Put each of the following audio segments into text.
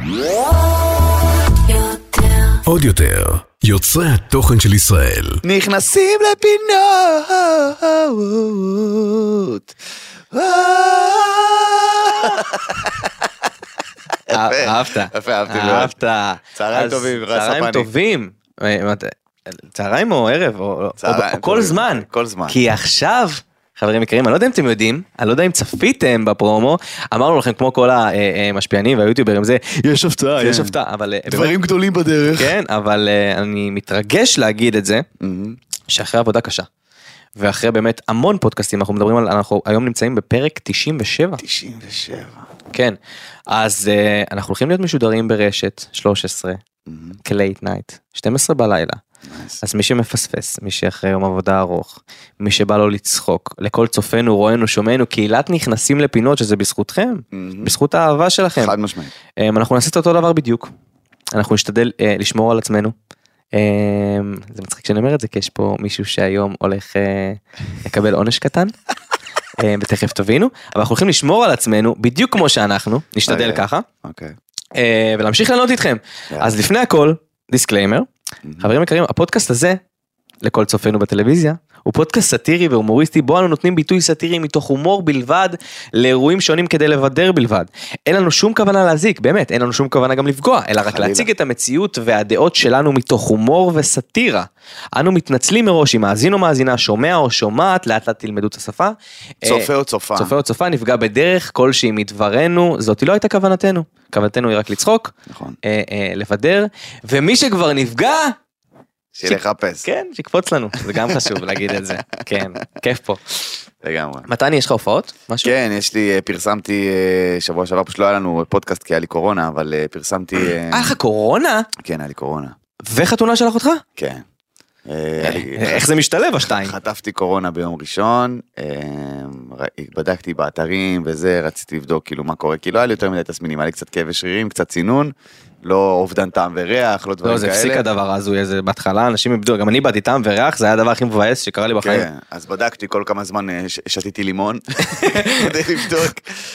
עוד יותר, יוצרי התוכן של ישראל נכנסים לפינות. אהבת. אהבת. צהריים טובים. צהריים טובים. צהריים או ערב, או כל זמן. כל זמן. כי עכשיו, חברים יקרים, אני לא יודע אם אתם יודעים, אני לא יודע אם צפיתם בפרומו, אמרנו לכם כמו כל המשפיענים והיוטיוברים, זה יש הפתעה, יש הפתעה, אבל... דברים גדולים בדרך. כן, אבל אני מתרגש להגיד את זה, שאחרי עבודה קשה, ואחרי באמת המון פודקאסטים, אנחנו מדברים על, אנחנו היום נמצאים בפרק 97. 97. כן, אז אנחנו הולכים להיות משודרים ברשת 13, כלייט נייט, 12 בלילה. אז מי שמפספס, מי שאחרי יום עבודה ארוך, מי שבא לו לצחוק, לכל צופנו, רואינו, שומענו, קהילת נכנסים לפינות, שזה בזכותכם, בזכות האהבה שלכם. חד משמעית. אנחנו נעשה את אותו דבר בדיוק. אנחנו נשתדל לשמור על עצמנו. זה מצחיק שאני אומר את זה, כי יש פה מישהו שהיום הולך לקבל עונש קטן, ותכף תבינו, אבל אנחנו הולכים לשמור על עצמנו, בדיוק כמו שאנחנו, נשתדל ככה, ולהמשיך לענות איתכם. אז לפני הכל, דיסקליימר, חברים יקרים, הפודקאסט הזה, לכל צופנו בטלוויזיה, הוא פודקאסט סאטירי והומוריסטי, בו אנו נותנים ביטוי סאטירי מתוך הומור בלבד, לאירועים שונים כדי לבדר בלבד. אין לנו שום כוונה להזיק, באמת, אין לנו שום כוונה גם לפגוע, אלא רק להציג את המציאות והדעות שלנו מתוך הומור וסאטירה. אנו מתנצלים מראש, אם מאזין או מאזינה, שומע או שומעת, לאט לאט תלמדו את השפה. צופה או צופה. צופה או צופה, נפגע בדרך כלשהי מדברנו, זאת לא הייתה כוונתנו. כוונתנו היא רק לצחוק, נכון. לבדר, ומי שכבר נפגע, שלחפש. כן, שיקפוץ לנו, זה גם חשוב להגיד את זה, כן, כיף פה. לגמרי. מתני, יש לך הופעות? משהו? כן, יש לי, פרסמתי שבוע שעבר, פשוט לא היה לנו פודקאסט כי היה לי קורונה, אבל פרסמתי... היה לך קורונה? כן, היה לי קורונה. וחתונה של אחותך? כן. איך זה משתלב השתיים? חטפתי קורונה ביום ראשון, בדקתי באתרים וזה, רציתי לבדוק כאילו מה קורה, כי לא היה לי יותר מדי תסמינים, היה לי קצת כאבי שרירים, קצת צינון, לא אובדן טעם וריח, לא דברים כאלה. לא, זה הפסיק הדבר הזו, זה בהתחלה אנשים איבדו, גם אני באתי טעם וריח, זה היה הדבר הכי מבאס שקרה לי בחיים. כן, אז בדקתי כל כמה זמן, שתיתי לימון, כדי לבדוק,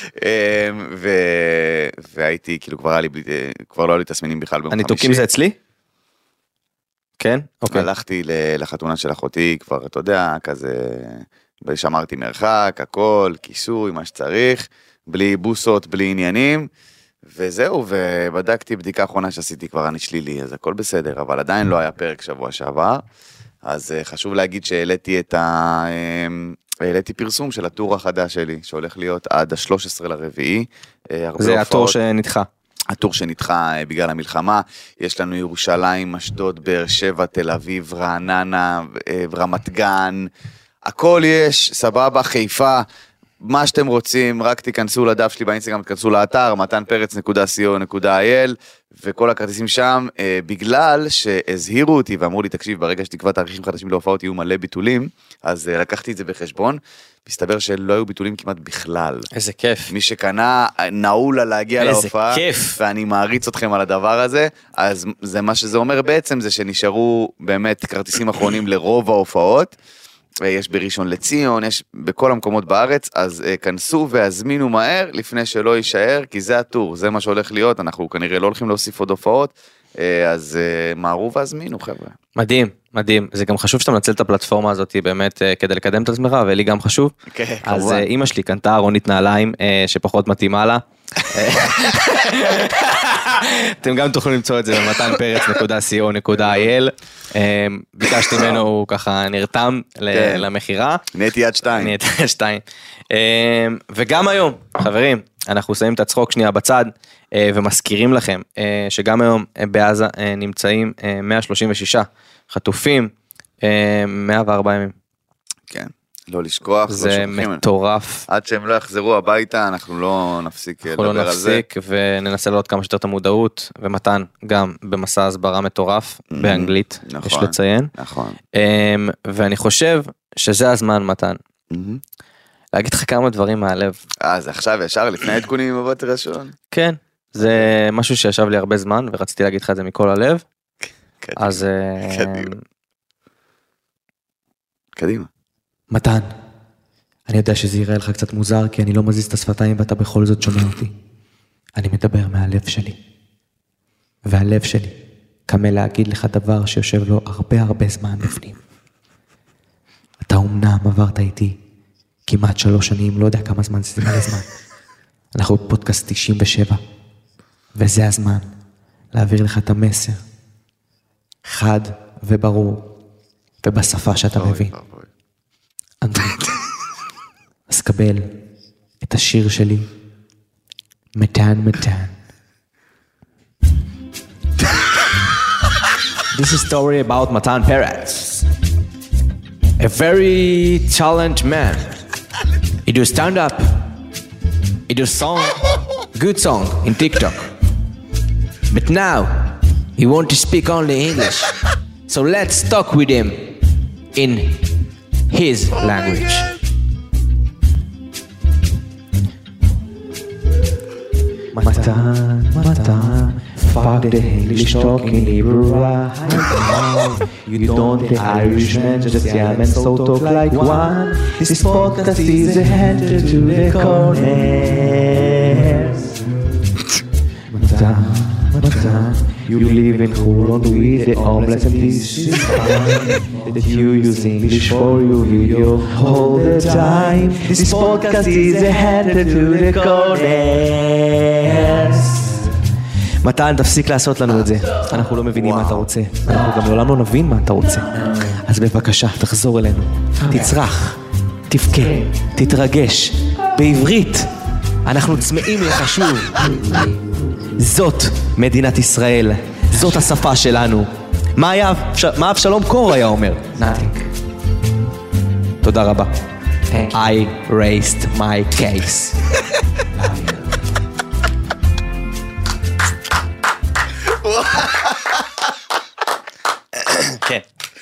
והייתי, כאילו כבר לא היה לי תסמינים בכלל ביום חמישי. הניתוקים זה אצלי? כן? אוקיי. הלכתי לחתונה של אחותי, כבר אתה יודע, כזה, שמרתי מרחק, הכל, כיסוי, מה שצריך, בלי בוסות, בלי עניינים, וזהו, ובדקתי בדיקה האחרונה שעשיתי כבר אני שלילי, אז הכל בסדר, אבל עדיין לא היה פרק שבוע שעבר, אז חשוב להגיד שהעליתי העליתי פרסום של הטור החדש שלי, שהולך להיות עד ה-13 לרביעי. זה הטור שנדחה. הטור שנדחה בגלל המלחמה, יש לנו ירושלים, אשדוד, באר שבע, תל אביב, רעננה, רמת גן, הכל יש, סבבה, חיפה, מה שאתם רוצים, רק תיכנסו לדף שלי באינסטגרם, תיכנסו לאתר, matanperets.co.il, וכל הכרטיסים שם, בגלל שהזהירו אותי ואמרו לי, תקשיב, ברגע שתקבע תאריכים חדשים להופעות, יהיו מלא ביטולים, אז לקחתי את זה בחשבון, מסתבר שלא היו ביטולים כמעט בכלל. איזה כיף. מי שקנה, נעול לה להגיע להופעה. איזה כיף. ואני מעריץ אתכם על הדבר הזה, אז זה מה שזה אומר בעצם, זה שנשארו באמת כרטיסים אחרונים לרוב ההופעות, יש בראשון לציון, יש בכל המקומות בארץ, אז כנסו והזמינו מהר לפני שלא יישאר, כי זה הטור, זה מה שהולך להיות, אנחנו כנראה לא הולכים להוסיף עוד הופעות, אז מהרו והזמינו חבר'ה. מדהים, מדהים, זה גם חשוב שאתה מנצל את הפלטפורמה הזאת באמת כדי לקדם את עצמך, ולי גם חשוב. כן, אז כמובן. אמא שלי קנתה ארונית נעליים שפחות מתאימה לה. אתם גם תוכלו למצוא את זה ב-matanperets.co.il. ביקשתי ממנו, הוא ככה נרתם למחירה. נהייתי יד 2. נהייתי יד 2. וגם היום, חברים, אנחנו שמים את הצחוק שנייה בצד, ומזכירים לכם שגם היום בעזה נמצאים 136 חטופים, 104 ימים. כן, לא לשכוח. זה מטורף. עד שהם לא יחזרו הביתה, אנחנו לא נפסיק לדבר על זה. אנחנו לא נפסיק וננסה לעלות כמה שיותר את המודעות, ומתן גם במסע הסברה מטורף, באנגלית, יש לציין. נכון. ואני חושב שזה הזמן, מתן. להגיד לך כמה דברים מהלב. אז עכשיו ישר לפני עדכונים מבט ראשון. כן, זה משהו שישב לי הרבה זמן, ורציתי להגיד לך את זה מכל הלב. אז... קדימה. מתן, אני יודע שזה יראה לך קצת מוזר, כי אני לא מזיז את השפתיים ואתה בכל זאת שומע אותי. אני מדבר מהלב שלי. והלב שלי קמה להגיד לך דבר שיושב לו הרבה זמן בפנים. אתה אומנם עברת איתי כמעט 3 שנים, לא יודע כמה זמן, זה מלא זמן. אנחנו בפודקאסט 97, וזה הזמן להעביר לך את המסר, חד וברור, ובשפה שאתה מבין. אנגלית. אז קבל את השיר שלי, מתן. This is a story about Matan Peretz, a very talented man. He do stand-up, he do song, good song in TikTok. But now, he want to speak only English. So let's talk with him in his language. Matan, fuck the English talking Hebrew right. You don't the Irishman, just jam and so talk like one. This podcast is a enter to the corners. Matan, you live in Huron with the homeless and this is fine. That you use English for your video all the time. This podcast is a enter to the corners. מתן, תפסיק לעשות לנו את זה. אנחנו לא מבינים מה אתה רוצה. אנחנו גם לעולם לא נבין מה אתה רוצה. אז בבקשה, תחזור אלינו. תצרח, תבכה, תתרגש. בעברית, אנחנו צמאים לך שוב. זאת מדינת ישראל. זאת השפה שלנו. מה אבשלום קור היה אומר? Nothing. תודה רבה. I raised my case. כן.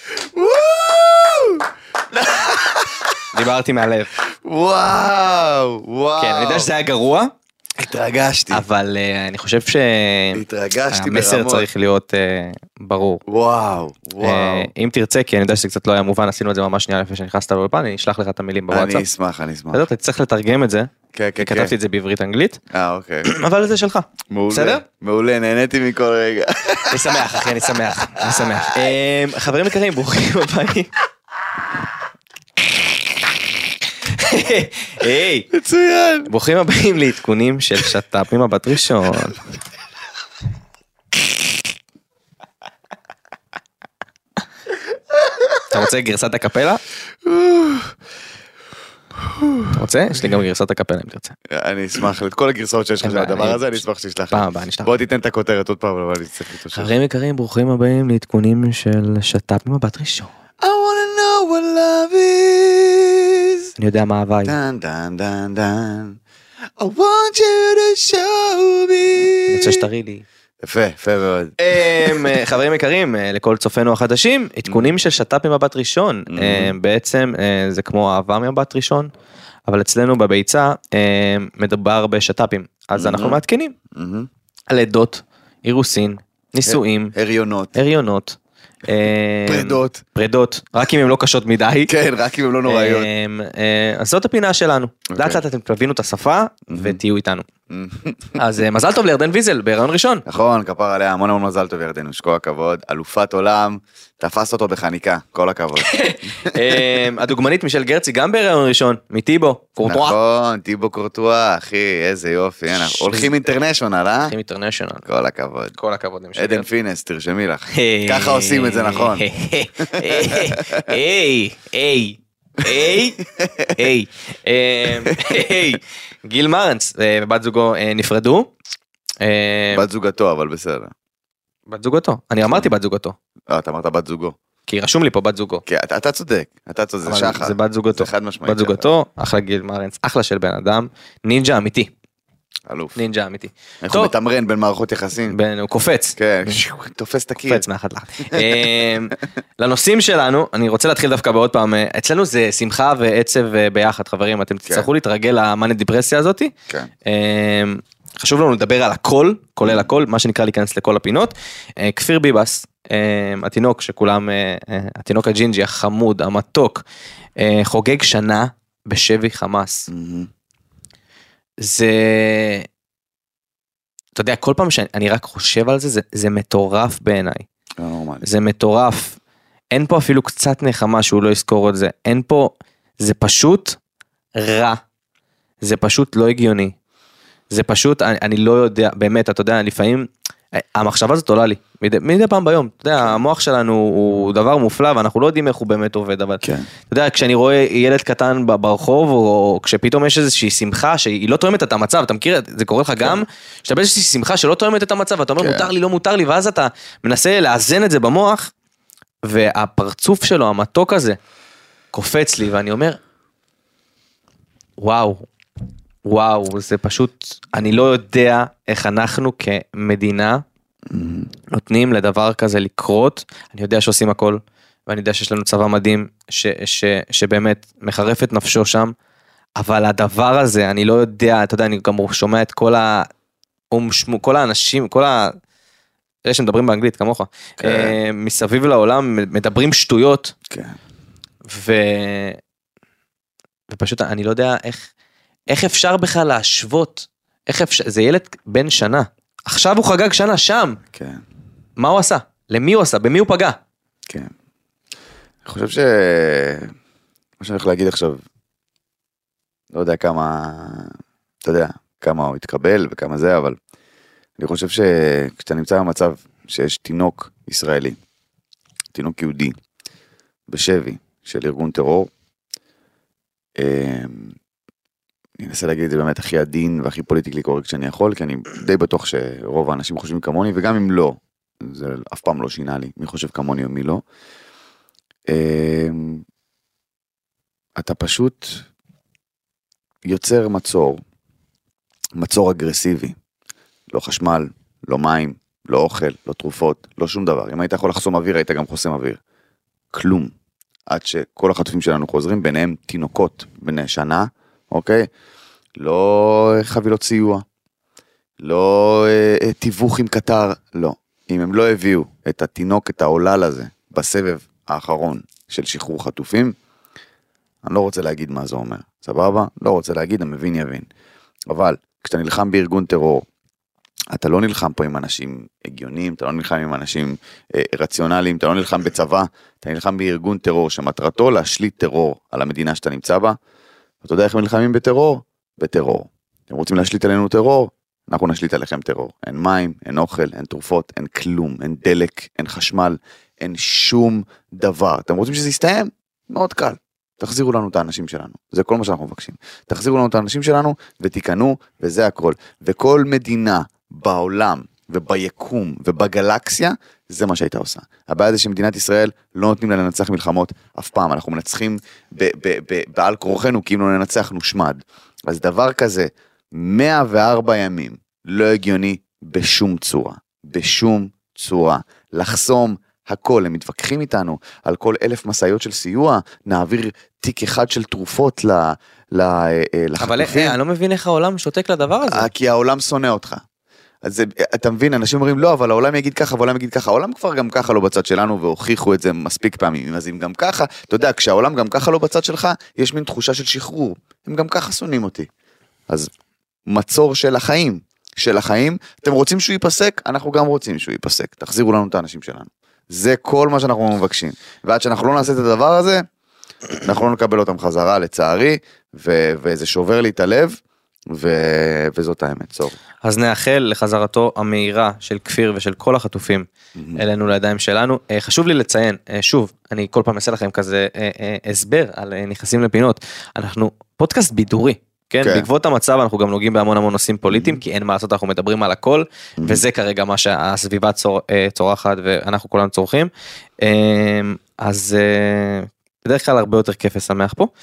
דיברתי מהלב. וואו. כן, אני יודע שזה היה גרוע. התרגשתי. אבל אני חושב התרגשתי שהמסר ברמות. צריך להיות ברור. וואו. אם תרצה, כי אני יודע שזה קצת לא היה מובן, עשינו את זה ממש שנייה לפני שנכנסת לאולפן, אני אשלח לך את המילים בוואטסאפ. אני אשמח. אתה צריך לתרגם את זה. כן. כתבתי את זה בעברית אנגלית. אוקיי. אבל זה שלך. בסדר? מעולה, נהניתי מכל רגע. אני שמח, אחי, אני שמח. חברים יקרים, ברוכים הבאים. היי. מצוין. ברוכים הבאים לעדכונים של שטאפ ממבט ראשון. אתה רוצה גרסת הקפלה? אתה רוצה? יש לי גם גרסת הקפלה אם תרצה. אני אשמח, את כל הגרסאות שיש לך לדבר הזה, אני אשמח שתשלח לי. פעם הבאה, נשלח. בוא תיתן את הכותרת עוד פעם, אבל אני צריך להתושך. חברים יקרים, ברוכים הבאים לעדכונים של שטאפ ממבט ראשון. I wanna know what love is. אני יודע מה אהבה היא. דן. I want you to show me. אני רוצה שתראי לי. יפה מאוד. חברים יקרים, לכל צופינו החדשים, עדכונים של שטאפ ממבט ראשון, בעצם זה כמו אהבה ממבט ראשון, אבל אצלנו בביצה מדובר בשטאפים, אז אנחנו מעדכנים, לידות, אירוסין, נישואים, הריונות, פרדות, רק אם הם לא קשות מדי, כן, רק אם הם לא נוראיות. אז זאת הפינה שלנו, לאט לאט אתם תבינו את השפה ותהיו איתנו. אז מזל טוב לירדן ויזל בהיריון ראשון. נכון, כפר עליה, המון מזל טוב ירדן, שכל הכבוד, אלופת עולם, תפס אותו בחניקה, כל הכבוד. הדוגמנית מישל גרצי גם בהיריון ראשון, מטיבו קורטואה. נכון, טיבו קורטואה, אחי, איזה יופי, הולכים אינטרנשיונל, אה? הולכים אינטרנשיונל. כל הכבוד. כל הכבוד למישל עדן גרצי. פינס, תרשמי לך. ככה עושים את זה נכון. גיל מרנס ובת זוגו נפרדו. בת זוגתו, אבל בסדר. בת זוגתו, אני אמרתי בת זוגתו. אתה אמרת בת זוגו. כי רשום לי פה בת זוגו. כי אתה צודק, זה שחר. זה בת זוגתו. זה חד משמעית. בת זוגתו, אחלה גיל מרנס, אחלה של בן אדם, נינג'ה אמיתי. אלוף. נינג'ה אמיתי. איך הוא מתמרן בין מערכות יחסים. הוא קופץ. כן, תופס את הקיר. קופץ מאחד לאחד. לנושאים שלנו, אני רוצה להתחיל דווקא בעוד פעם, אצלנו זה שמחה ועצב ביחד, חברים, אתם תצטרכו להתרגל למאניה דיפרסיה הזאת. כן. חשוב לנו לדבר על הכל, כולל הכל, מה שנקרא להיכנס לכל הפינות. כפיר ביבס, התינוק שכולם, התינוק הג'ינג'י, החמוד, המתוק, חוגג שנה בשבי חמאס. זה אתה יודע, כל פעם שאני רק חושב על זה, זה מטורף בעיניי. לא נורמלי. זה מטורף. אין פה אפילו קצת נחמה שהוא לא יזכור את זה. אין פה, זה פשוט רע. זה פשוט לא הגיוני. זה פשוט, אני לא יודע, באמת, אתה יודע, לפעמים, המחשבה הזאת עולה לי, מדי פעם ביום, אתה יודע, המוח שלנו הוא דבר מופלא, ואנחנו לא יודעים איך הוא באמת עובד, אבל, אתה יודע, כשאני רואה ילד קטן ברחוב, או כשפתאום יש איזושהי שמחה, שהיא לא תואמת את המצב, אתה מכיר, זה קורה לך גם, שאתה באיזושהי שמחה שלא תואמת את המצב, ואתה אומר, מותר לי, לא מותר לי, ואז אתה מנסה לאזן את זה במוח, והפרצוף שלו, המתוק הזה, קופץ לי, ואני אומר, וואו, זה פשוט, אני לא יודע איך אנחנו כמדינה נותנים לדבר כזה לקרות, אני יודע שעושים הכל, ואני יודע שיש לנו צבא מדהים, שבאמת מחרף את נפשו שם, אבל הדבר הזה, אני לא יודע, אתה יודע, אני גם שומע את כל האנשים, אלה שמדברים באנגלית כמוך, מסביב לעולם מדברים שטויות, ופשוט אני לא יודע איך אפשר בכלל להשוות, זה ילד בן שנה, עכשיו הוא חגג שנה שם, כן. מה הוא עשה? למי הוא עשה? במי הוא פגע? כן. אני חושב מה שאני הולך להגיד עכשיו, לא יודע כמה, אתה יודע, כמה הוא התקבל וכמה זה, אבל אני חושב שכשאתה נמצא במצב שיש תינוק ישראלי, תינוק יהודי, בשבי של ארגון טרור, אני אנסה להגיד את זה באמת הכי עדין והכי פוליטיקלי קורקט שאני יכול, כי אני די בטוח שרוב האנשים חושבים כמוני, וגם אם לא, זה אף פעם לא שינה לי, מי חושב כמוני או מי לא. אתה פשוט יוצר מצור אגרסיבי, לא חשמל, לא מים, לא אוכל, לא תרופות, לא שום דבר. אם היית יכול לחסום אוויר, היית גם חוסם אוויר. כלום. עד שכל החטופים שלנו חוזרים, ביניהם תינוקות בני שנה, אוקיי? לא חבילות סיוע, לא תיווך עם קטר, לא. אם הם לא הביאו את התינוק, את העולל הזה, בסבב האחרון של שחרור חטופים, אני לא רוצה להגיד מה זה אומר, סבבה? לא רוצה להגיד, המבין יבין. אבל כשאתה נלחם בארגון טרור, אתה לא נלחם פה עם אנשים הגיוניים, אתה לא נלחם עם אנשים רציונליים, אתה לא נלחם בצבא, אתה נלחם בארגון טרור שמטרתו להשליט טרור על המדינה שאתה נמצא בה. אתה יודע איך נלחמים בטרור? בטרור. אתם רוצים להשליט עלינו טרור? אנחנו נשליט עליכם טרור. אין מים, אין אוכל, אין תרופות, אין כלום, אין דלק, אין חשמל, אין שום דבר. אתם רוצים שזה יסתיים? מאוד קל. תחזירו לנו את האנשים שלנו. זה כל מה שאנחנו מבקשים. תחזירו לנו את האנשים שלנו ותיקנו, וזה הכל. וכל מדינה בעולם וביקום ובגלקסיה, זה מה שהייתה עושה. הבעיה זה שמדינת ישראל לא נותנים לה לנצח מלחמות אף פעם. אנחנו מנצחים בעל כורחנו, כי אם לא ננצח נושמד. אז דבר כזה, 104 ימים, לא הגיוני בשום צורה. בשום צורה. לחסום הכל, הם מתווכחים איתנו על כל 1,000 מסעיות של סיוע, נעביר תיק אחד של תרופות לחטופים. אבל אני לא מבין איך העולם שותק לדבר הזה. כי העולם שונא אותך. אז אתה מבין, אנשים אומרים לא, אבל העולם יגיד ככה, והעולם יגיד ככה, העולם כבר גם ככה לא בצד שלנו, והוכיחו את זה מספיק פעמים, אז אם גם ככה, אתה יודע, כשהעולם גם ככה לא בצד שלך, יש מין תחושה של שחרור, הם גם ככה שונאים אותי. אז מצור של החיים, אתם רוצים שהוא ייפסק, אנחנו גם רוצים שהוא ייפסק, תחזירו לנו את האנשים שלנו. זה כל מה שאנחנו מבקשים, ועד שאנחנו לא נעשה את הדבר הזה, אנחנו לא נקבל אותם חזרה לצערי, וזה שובר לי את הלב, וזאת האמת, סוף. אז נאחל לחזרתו המהירה של כפיר ושל כל החטופים אלינו לידיים שלנו. חשוב לי לציין, שוב, אני כל פעם אעשה לכם כזה הסבר על נכנסים לפינות, אנחנו פודקאסט בידורי, כן? בעקבות המצב אנחנו גם נוגעים בהמון נושאים פוליטיים, כי אין מה לעשות, אנחנו מדברים על הכל, וזה כרגע מה שהסביבה צורחת ואנחנו כולנו צורכים, אז בדרך כלל הרבה יותר כיף ושמח פה,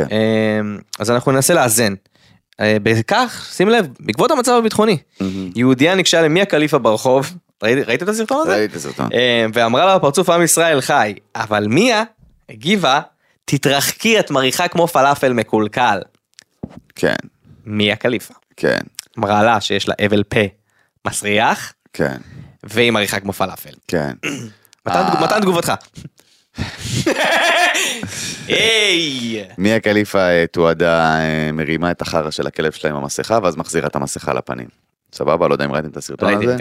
אז אנחנו ננסה לאזן, בכך, שים לב, בעקבות המצב הביטחוני, יהודיה ניגשה למי הקליפה ברחוב, ראית את הסרטון הזה? ראיתי את הסרטון. ואמרה לה בפרצוף עם ישראל חי, אבל מיה הגיבה, תתרחקי, את מריחה כמו פלאפל מקולקל. כן. מי הקליפה? כן. אמרה לה שיש לה אבל פה מסריח, כן. והיא מריחה כמו פלאפל. כן. מתן תגובתך. היי! מי הקליפה תועדה מרימה את החרא של הכלב שלה עם המסכה, ואז מחזירה את המסכה לפנים. סבבה, לא יודע אם ראיתם את הסרטון הזה.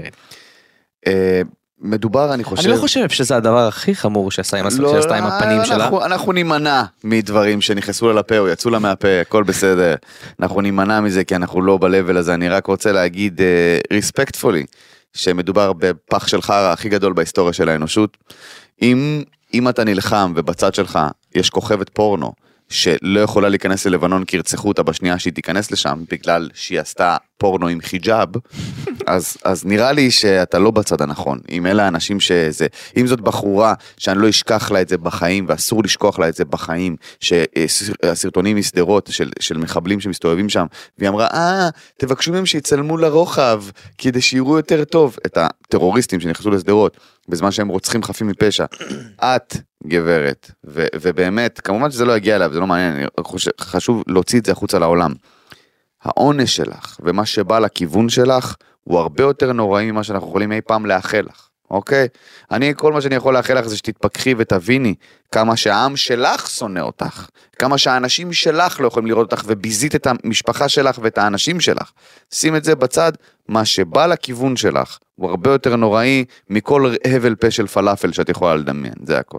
מדובר, אני חושב... אני לא חושב שזה הדבר הכי חמור שעשה עם הפנים שלה. אנחנו נימנע מדברים שנכנסו לה לפה או יצאו לה מהפה, הכל בסדר. אנחנו נימנע מזה כי אנחנו לא בלבל הזה. אני רק רוצה להגיד respectfully, שמדובר בפח של חרא הכי גדול בהיסטוריה של האנושות. אם אתה נלחם ובצד שלך יש כוכבת פורנו, שלא יכולה להיכנס ללבנון כי ירצחו אותה בשנייה שהיא תיכנס לשם, בגלל שהיא עשתה פורנו עם חיג'אב, אז נראה לי שאתה לא בצד הנכון. אם אלה האנשים אם זאת בחורה שאני לא אשכח לה את זה בחיים, ואסור לשכוח לה את זה בחיים, שהסרטונים מסדרות של מחבלים שמסתובבים שם, והיא אמרה, תבקשו מהם שיצלמו לרוחב, כדי שיראו יותר טוב את הטרוריסטים שנכנסו לסדרות, בזמן שהם רוצחים חפים מפשע. את גברת, ובאמת, כמובן שזה לא יגיע אליו, זה לא מעניין, חשוב להוציא את זה החוצה לעולם. העונש שלך ומה שבא לכיוון שלך הוא הרבה יותר נוראי ממה שאנחנו יכולים אי פעם לאחל לך, אוקיי? כל מה שאני יכול לאחל לך זה שתתפקחי ותביני כמה שהעם שלך שונא אותך, כמה שהאנשים שלך לא יכולים לראות אותך וביזית את המשפחה שלך ואת האנשים שלך. שים את זה בצד, מה שבא לכיוון שלך הוא הרבה יותר נוראי מכל הבל פה של פלאפל שאת יכולה לדמיין, זה הכל.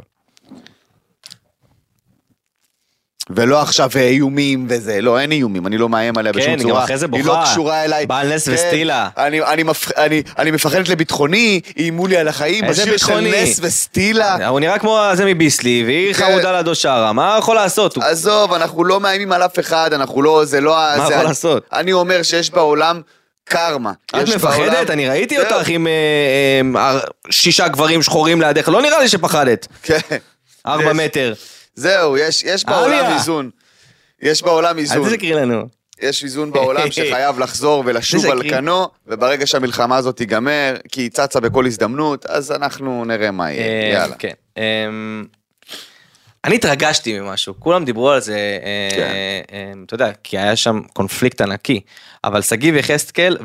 ולא עכשיו איומים וזה, לא, אין איומים, אני לא מאיים עליה בשום צורה. כן, גם אחרי זה בוכה, היא לא קשורה אליי. בעל נס וסטילה. אני מפחדת לביטחוני, היא מולי על החיים, בשיר של נס וסטילה. הוא נראה כמו זה מביסלי, והיא חמודה לדו שרה, מה יכול לעשות? עזוב, אנחנו לא מאיימים על אף אחד, אנחנו לא, זה לא... מה יכול לעשות? אני אומר שיש בעולם קרמה. את מפחדת? אני ראיתי אותך עם 6 גברים שחורים לידך, לא נראה לי שפחדת. 4 מטר. זהו, יש בעולם איזון. יש בעולם איזון. אל תזכרי לנו. יש איזון בעולם שחייב לחזור ולשוב על כנו, וברגע שהמלחמה הזאת תיגמר, כי היא צצה בכל הזדמנות, אז אנחנו נראה מה יהיה. יאללה. כן. אני התרגשתי ממשהו, כולם דיברו על זה, אתה יודע, כי היה שם קונפליקט ענקי, אבל סגיב יחזקאל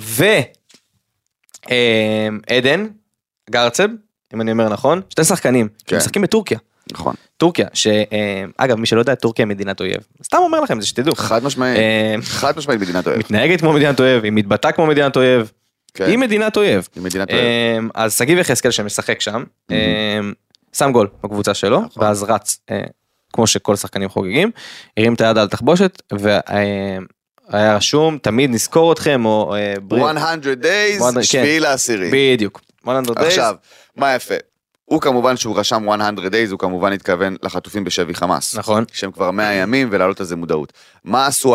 ועדן גרצב, אם אני אומר נכון, 2 שחקנים, משחקים בטורקיה. נכון. טורקיה, שאגב, מי שלא יודע, טורקיה מדינת אויב. סתם אומר לכם, זה שתדעו. חד משמעית מדינת אויב. מתנהגת כמו מדינת אויב, היא מתבטאה כמו מדינת אויב. היא מדינת אויב. אז סגיב יחזקאל שמשחק שם, שם גול בקבוצה שלו, ואז רץ, כמו שכל שחקנים חוגגים, הרים את היד על תחבושת, והיה רשום, תמיד נזכור אתכם, או... 100 days, 7/10. בדיוק. 100 days. עכשיו, מה יפה? הוא כמובן שהוא רשם 100 days, הוא כמובן התכוון לחטופים בשבי חמאס. נכון. שהם כבר 100 ימים ולהעלות על זה מודעות. מה עשו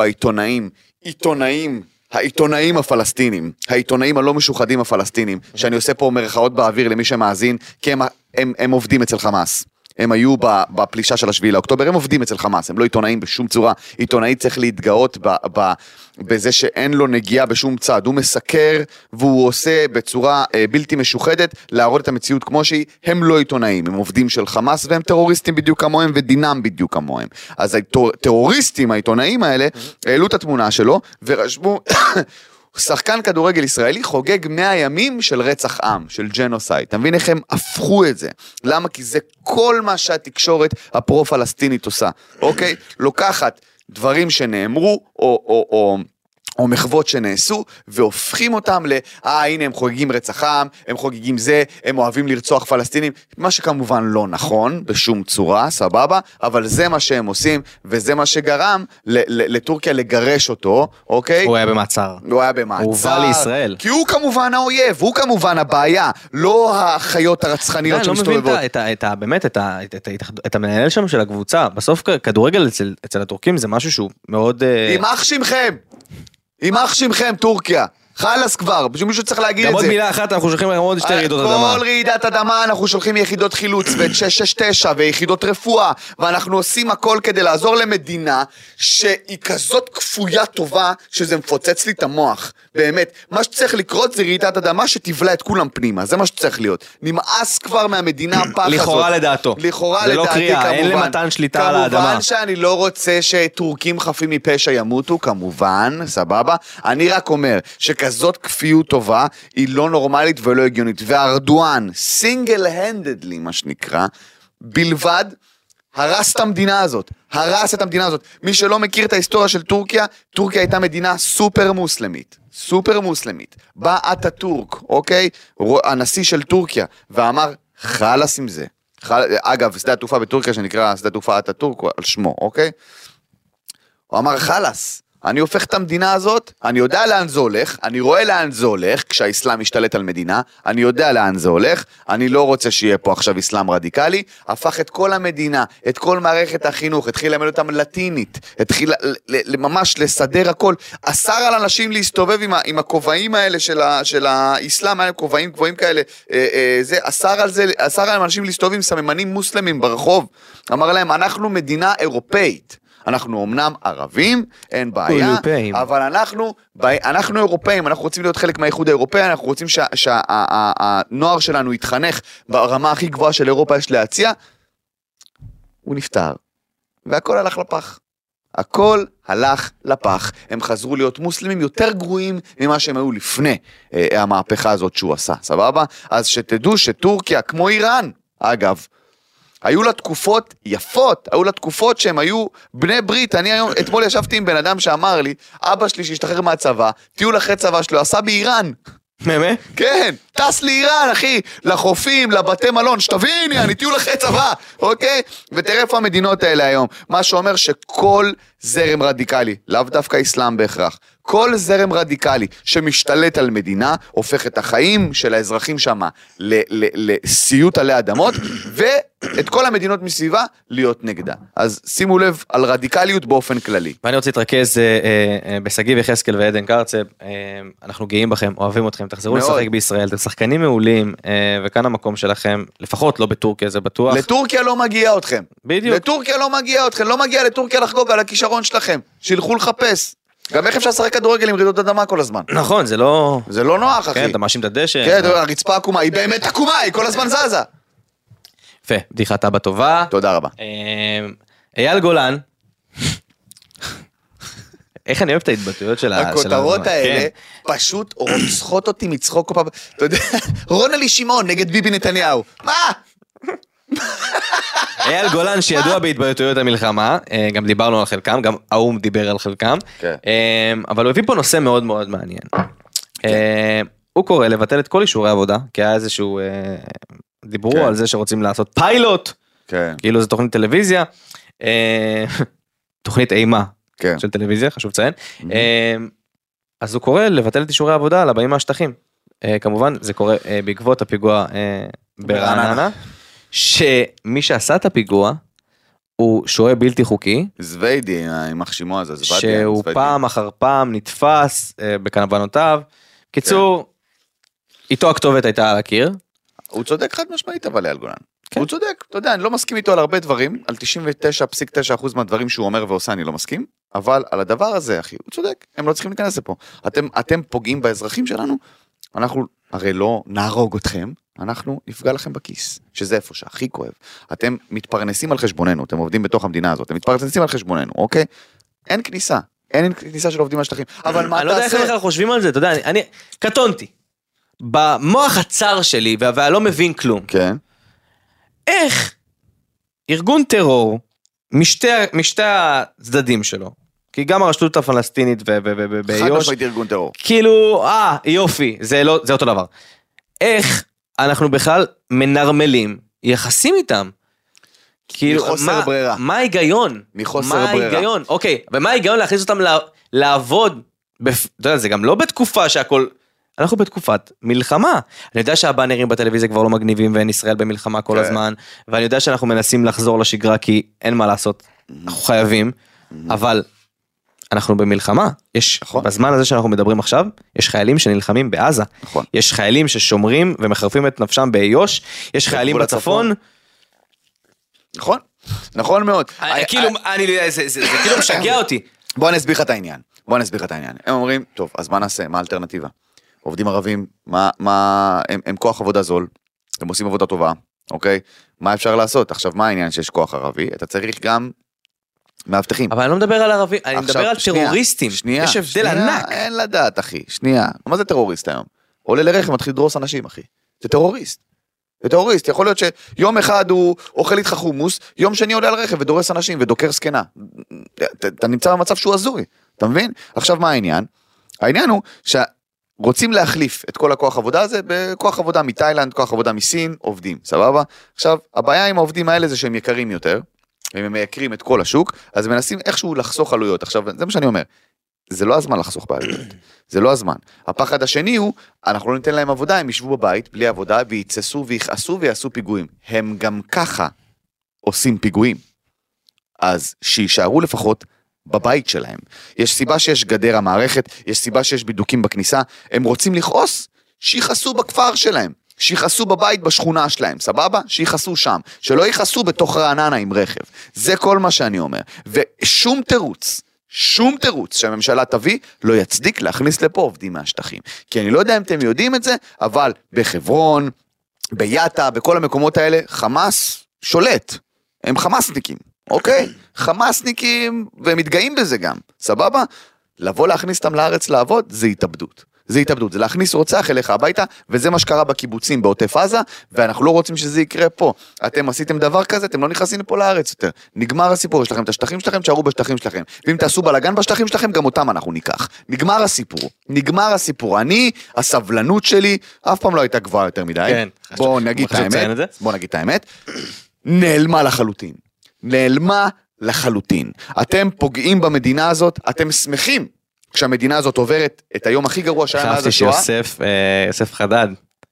העיתונאים הפלסטינים, העיתונאים הלא משוחדים הפלסטינים, שאני עושה פה מרכאות באוויר למי שמאזין, כי הם עובדים אצל חמאס. הם היו בפלישה של 7 לאוקטובר, הם עובדים אצל חמאס, הם לא עיתונאים בשום צורה, עיתונאי צריך להתגאות בזה שאין לו נגיעה בשום צד, הוא מסקר והוא עושה בצורה בלתי משוחדת, להראות את המציאות כמו שהיא, הם לא עיתונאים, הם עובדים של חמאס והם טרוריסטים בדיוק כמוהם ודינם בדיוק כמוהם, אז הטרוריסטים, העיתונאים האלה, העלו את התמונה שלו ורשמו... שחקן כדורגל ישראלי חוגג 100 ימים של רצח עם, של ג'נוסייד. אתה מבין איך הם הפכו את זה? למה? כי זה כל מה שהתקשורת הפרו-פלסטינית עושה. אוקיי? לוקחת דברים שנאמרו, או מחוות שנעשו, והופכים אותם הנה הם חוגגים רצח עם, הם חוגגים זה, הם אוהבים לרצוח פלסטינים, מה שכמובן לא נכון, בשום צורה, סבבה, אבל זה מה שהם עושים, וזה מה שגרם לטורקיה לגרש אותו, אוקיי? הוא היה במעצר. הוא היה במעצר. הוא בא לישראל. כי הוא כמובן האויב, הוא כמובן הבעיה, לא החיות הרצחניות שמסתובבות. לא מבין באמת את המנהל שם של הקבוצה, בסוף כדורגל אצל הטורקים זה משהו שהוא מאוד... יימח שמכם, טורקיה. חלס כבר, בשביל מישהו צריך להגיד את זה. גם עוד מילה אחת, אנחנו שולחים גם עוד 2 רעידות אדמה. כל רעידת אדמה, אנחנו שולחים יחידות חילוץ, ו-669, ויחידות רפואה, ואנחנו עושים הכל כדי לעזור למדינה, שהיא כזאת כפויה טובה, שזה מפוצץ לי את המוח. באמת, מה שצריך לקרות זה רעידת אדמה, שתבלה את כולם פנימה, זה מה שצריך להיות. נמאס כבר מהמדינה הפח הזאת. לכאורה לדעתו. לכאורה לדעתי, קריאה, אין למתן שליטה על האדמה. כמובן שאני לא רוצה שטורקים חפים מפשע ימותו, כמובן, סבבה. אני רק אומר שכזאת כפיות טובה היא לא נורמלית ולא הגיונית. וארדואן, single-handedly מה שנקרא, בלבד, הרס את המדינה הזאת, הרס את המדינה הזאת. מי שלא מכיר את ההיסטוריה של טורקיה, טורקיה הייתה מדינה סופר מוסלמית, סופר מוסלמית. בא אטאטורק, אוקיי? הנשיא של טורקיה, ואמר, חלאס עם זה. אגב, שדה התעופה בטורקיה שנקרא שדה התעופה אטאטורק, על שמו, אוקיי? הוא אמר, חלאס. אני הופך את המדינה הזאת, אני יודע לאן זה הולך, אני רואה לאן זה הולך, כשהאסלאם משתלט על מדינה, אני יודע לאן זה הולך, אני לא רוצה שיהיה פה עכשיו אסלאם רדיקלי, הפך את כל המדינה, את כל מערכת החינוך, התחיל ללמד אותם לטינית, התחיל ממש לסדר הכל, אסר על אנשים להסתובב עם הכובעים האלה של האסלאם, היה כובעים גבוהים כאלה, אסר על אנשים להסתובב עם סממנים מוסלמים ברחוב, אמר להם, אנחנו מדינה אירופאית, אנחנו אמנם ערבים, אין בעיה, אבל אנחנו אירופאים, אנחנו רוצים להיות חלק מהאיחוד האירופאי, אנחנו רוצים שהנוער שלנו יתחנך ברמה הכי גבוהה של אירופה יש להציע, הוא נפטר, והכל הלך לפח. הכל הלך לפח, הם חזרו להיות מוסלמים יותר גרועים ממה שהם היו לפני המהפכה הזאת שהוא עשה, סבבה? אז שתדעו שטורקיה, כמו איראן, אגב, היו לה תקופות יפות, היו לה תקופות שהם היו בני ברית, אני היום, אתמול ישבתי עם בן אדם שאמר לי, אבא שלי שהשתחרר מהצבא, טיול אחרי צבא שלו, עשה באיראן. באמת? כן, טס לאיראן, אחי, לחופים, לבתי מלון, שתביני, אני טיול אחרי צבא, אוקיי? ותראה איפה המדינות האלה היום, מה שאומר שכל זרם רדיקלי, לאו דווקא אסלאם בהכרח, כל זרם רדיקלי שמשתלט על מדינה, הופך את החיים של האזרחים שם לסיוט עלי אדמות, ואת כל המדינות מסביבה להיות נגדה. אז שימו לב על רדיקליות באופן כללי. ואני רוצה להתרכז בסגיב יחזקאל ועדן קרצב, אנחנו גאים בכם, אוהבים אתכם, תחזרו לשחק בישראל, אתם שחקנים מעולים, וכאן המקום שלכם, לפחות לא בטורקיה, זה בטוח. לטורקיה לא מגיע אתכם. בדיוק. לטורקיה לא מגיע אתכם, לא מגיע לטורקיה לחגוג על הכישרון שלכם. שילכו לחפש. גם איך אפשר לשחק כדורגל עם רעידות אדמה כל הזמן? נכון, זה לא נוח, אחי. כן, אתה מאשים את הדשא. כן, הרצפה עקומה, היא באמת עקומה, היא כל הזמן זזה. יפה, בדיחת אבא טובה. תודה רבה. אייל גולן. איך אני אוהב את ההתבטאויות של הכותרות האלה פשוט רוצחות אותי מצחוק כל פעם. אתה יודע, רונלי שמעון נגד ביבי נתניהו. מה? אייל גולן שידוע בהתבטאויות המלחמה, גם דיברנו על חלקם, גם האום דיבר על חלקם, אבל הוא הביא פה נושא מאוד מאוד מעניין. הוא קורא לבטל את כל אישורי העבודה, כי היה איזשהו, דיברו על זה שרוצים לעשות פיילוט, כאילו זה תוכנית טלוויזיה, תוכנית אימה של טלוויזיה, חשוב לציין, אז הוא קורא לבטל את אישורי העבודה על הבאים מהשטחים. כמובן, זה קורה בעקבות הפיגוע ברעננה, שמי שעשה את הפיגוע, הוא שוהה בלתי חוקי. זווידי, עם מחשימו הזה, זווידי. שהוא פעם אחר פעם נתפס בכוונותיו. קיצור, איתו הכתובת הייתה על הקיר. הוא צודק חד משמעית אבל אייל גולן. הוא צודק, אתה יודע, אני לא מסכים איתו על הרבה דברים, על 99.9% מהדברים שהוא אומר ועושה אני לא מסכים, אבל על הדבר הזה, אחי, הוא צודק, הם לא צריכים להיכנס לפה. אתם פוגעים באזרחים שלנו, אנחנו הרי לא נהרוג אתכם, אנחנו נפגע לכם בכיס, שזה איפה שהכי כואב. אתם מתפרנסים על חשבוננו, אתם עובדים בתוך המדינה הזאת, אתם מתפרנסים על חשבוננו, אוקיי? אין כניסה, אין כניסה של עובדים מהשטחים, אבל מה אני לא יודע איך אנחנו חושבים על זה, אתה יודע, אני קטונתי, במוח הצר שלי, והלא מבין כלום. כן. איך ארגון טרור, משתי הצדדים שלו, כי גם הרשות הפלסטינית חד משמעית ארגון טרור. כאילו, יופי, זה אותו דבר. איך אנחנו בכלל מנרמלים יחסים איתם? מחוסר ברירה. מה ההיגיון? מחוסר ברירה. אוקיי, ומה ההיגיון להכניס אותם לעבוד? אתה יודע, זה גם לא בתקופה שהכל... אנחנו בתקופת מלחמה. אני יודע שהבאנרים בטלוויזיה כבר לא מגניבים ואין ישראל במלחמה כל הזמן, ואני יודע שאנחנו מנסים לחזור לשגרה כי אין מה לעשות, אנחנו חייבים, אבל אנחנו במלחמה. יש, בזמן הזה שאנחנו מדברים עכשיו, יש חיילים שנלחמים בעזה. יש חיילים ששומרים ומחרפים את נפשם באיו"ש, יש חיילים בצפון. נכון, נכון מאוד. כאילו, זה כאילו משגע אותי. בוא נסביר לך את העניין. הם אומרים, טוב, אז מה נעשה? מה האלטרנטיבה? עובדים ערבים, הם כוח עבודה זול, הם עושים עבודה טובה, אוקיי? מה אפשר לעשות? עכשיו, מה העניין שיש כוח ערבי? אתה צריך גם מאבטחים. אבל אני לא מדבר על ערבי, אני מדבר על טרוריסטים. יש הבדל ענק. אין לדעת, אחי. שנייה. מה זה טרוריסט היום? עולה לרכב, מתחיל לדרוס אנשים, אחי. זה טרוריסט. טרוריסט, יכול להיות שיום אחד הוא אוכל איתך חומוס, יום שני עולה על רכב ודורס אנשים ודוקר סקנה. אתה נמצא במצב שהוא הזוי, אתה מבין? עכשיו מה העניין? העניין הוא שרוצים להחליף את כל הכוח עבודה הזה בכוח עבודה מתאילנד, כוח עבודה מסין, עובדים, סבבה? עכשיו, הבעיה עם העובדים האלה זה שהם יקרים יותר, הם מייקרים את כל השוק, אז מנסים איכשהו לחסוך עלויות. עכשיו, זה מה שאני אומר, זה לא הזמן לחסוך בעלויות, זה לא הזמן. הפחד השני הוא, אנחנו לא ניתן להם עבודה, הם ישבו בבית בלי עבודה, ויצסו ויכעסו ויעשו פיגועים. הם גם ככה עושים פיגועים. אז שישארו לפחות בבית שלהם. יש סיבה שיש גדר המערכת, יש סיבה שיש בידוקים בכניסה, הם רוצים לכעוס, שיכעסו בכפר שלהם, שיכעסו בבית בשכונה שלהם, סבבה? שיכעסו שם, שלא יכעסו בתוך רעננה עם רכב. זה כל מה שאני אומר. ושום תירוץ, שום תירוץ שהממשלה תביא לא יצדיק להכניס לפה עובדים מהשטחים. כי אני לא יודע אם אתם יודעים את זה, אבל בחברון, ביאטה, בכל המקומות האלה, חמאס שולט. הם חמאסניקים, אוקיי? חמאסניקים, והם מתגאים בזה גם, סבבה? לבוא להכניס אותם לארץ לעבוד, זה התאבדות. זה התאבדות, זה להכניס רוצח אליך הביתה, וזה מה שקרה בקיבוצים בעוטף עזה, ואנחנו לא רוצים שזה יקרה פה. אתם עשיתם דבר כזה, אתם לא נכנסים לפה לארץ יותר. נגמר הסיפור, יש לכם את השטחים שלכם, תשארו בשטחים שלכם. ואם תעשו בלגן בשטחים שלכם, גם אותם אנחנו ניקח. נגמר הסיפור, נגמר הסיפור. הסבלנות שלי, אף פעם לא הייתה גבוהה יותר מדי. כן. בואו נגיד את האמת. נעלמה לחלוטין. נעלמה לחלוטין. אתם פוגעים במדינה הזאת, אתם שמחים כשהמדינה הזאת עוברת את היום הכי גרוע שהיה מאז השואה. חשבתי שיוסף חדד,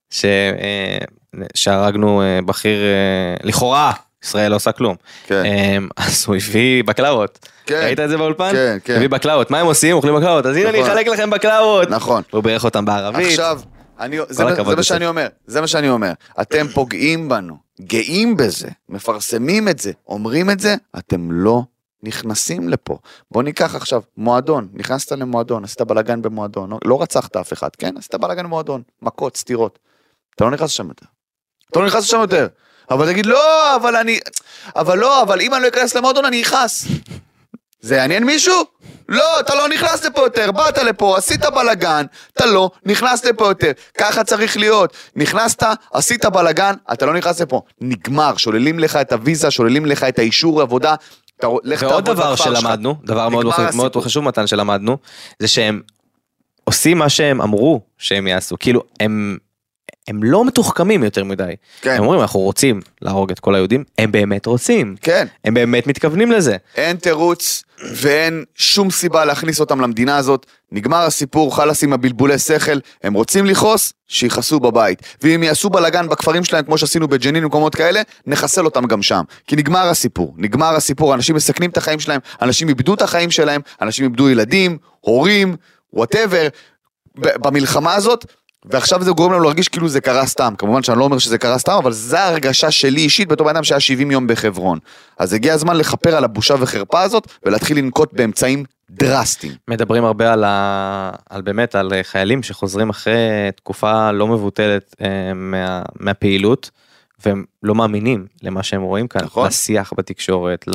שהרגנו בכיר, לכאורה, ישראל לא עושה כלום. אז הוא הביא בקלאות. ראית את זה באולפן? כן, כן. הביא בקלאות. מה הם עושים? אוכלים בקלאות. אז הנה אני אחלק לכם בקלאות. נכון. הוא בירך אותם בערבית. עכשיו, זה מה שאני אומר. זה מה שאני אומר. אתם פוגעים בנו, גאים בזה, מפרסמים את זה, אומרים את זה, אתם לא נכנסים לפה. בוא ניקח עכשיו מועדון, נכנסת למועדון, עשית בלגן במועדון, לא רצחת אף אחד, כן? עשית בלגן במועדון, מכות, סתירות. אתה לא נכנס שם יותר. אתה לא נכנס שם יותר. אבל תגיד, לא, אבל אם אני לא אכנס למועדון, אני אכעס. זה יעניין מישהו? לא, אתה לא נכנס לפה יותר, באת לפה, עשית בלגן, אתה לא נכנס לפה יותר. ככה צריך להיות. נכנסת, עשית בלגן, אתה לא נכנס לפה. נגמר, שוללים לך את הוויזה, שוללים לך את האישור עבודה, ועוד דבר שלמדנו, דבר מאוד חשוב מתן שלמדנו, זה שהם עושים מה שהם אמרו שהם יעשו, כאילו הם לא מתוחכמים יותר מדי, הם אומרים אנחנו רוצים להרוג את כל היהודים, הם באמת רוצים, הם באמת מתכוונים לזה. אין תירוץ ואין שום סיבה להכניס אותם למדינה הזאת, נגמר הסיפור, חלס עם הבלבולי שכל, הם רוצים לכעוס, שיחסו בבית, ואם יעשו בלגן בכפרים שלהם כמו שעשינו בג'נין ומקומות כאלה, נחסל אותם גם שם, כי נגמר הסיפור, אנשים מסכנים את החיים שלהם, אנשים איבדו את החיים שלהם, אנשים איבדו ילדים, הורים, whatever, במלחמה הזאת, ועכשיו זה גורם לנו להרגיש כאילו זה קרה סתם, כמובן שאני לא אומר שזה קרה סתם, אבל זה ההרגשה שלי אישית בתור אדם שהיה 70 יום בחברון. אז הגיע הזמן לחפר על הבושה וחרפה הזאת, ולהתחיל לנקוט באמצעים דרסטיים. מדברים הרבה באמת על חיילים שחוזרים אחרי תקופה לא מבוטלת מהפעילות, והם לא מאמינים למה שהם רואים כאן, לשיח בתקשורת,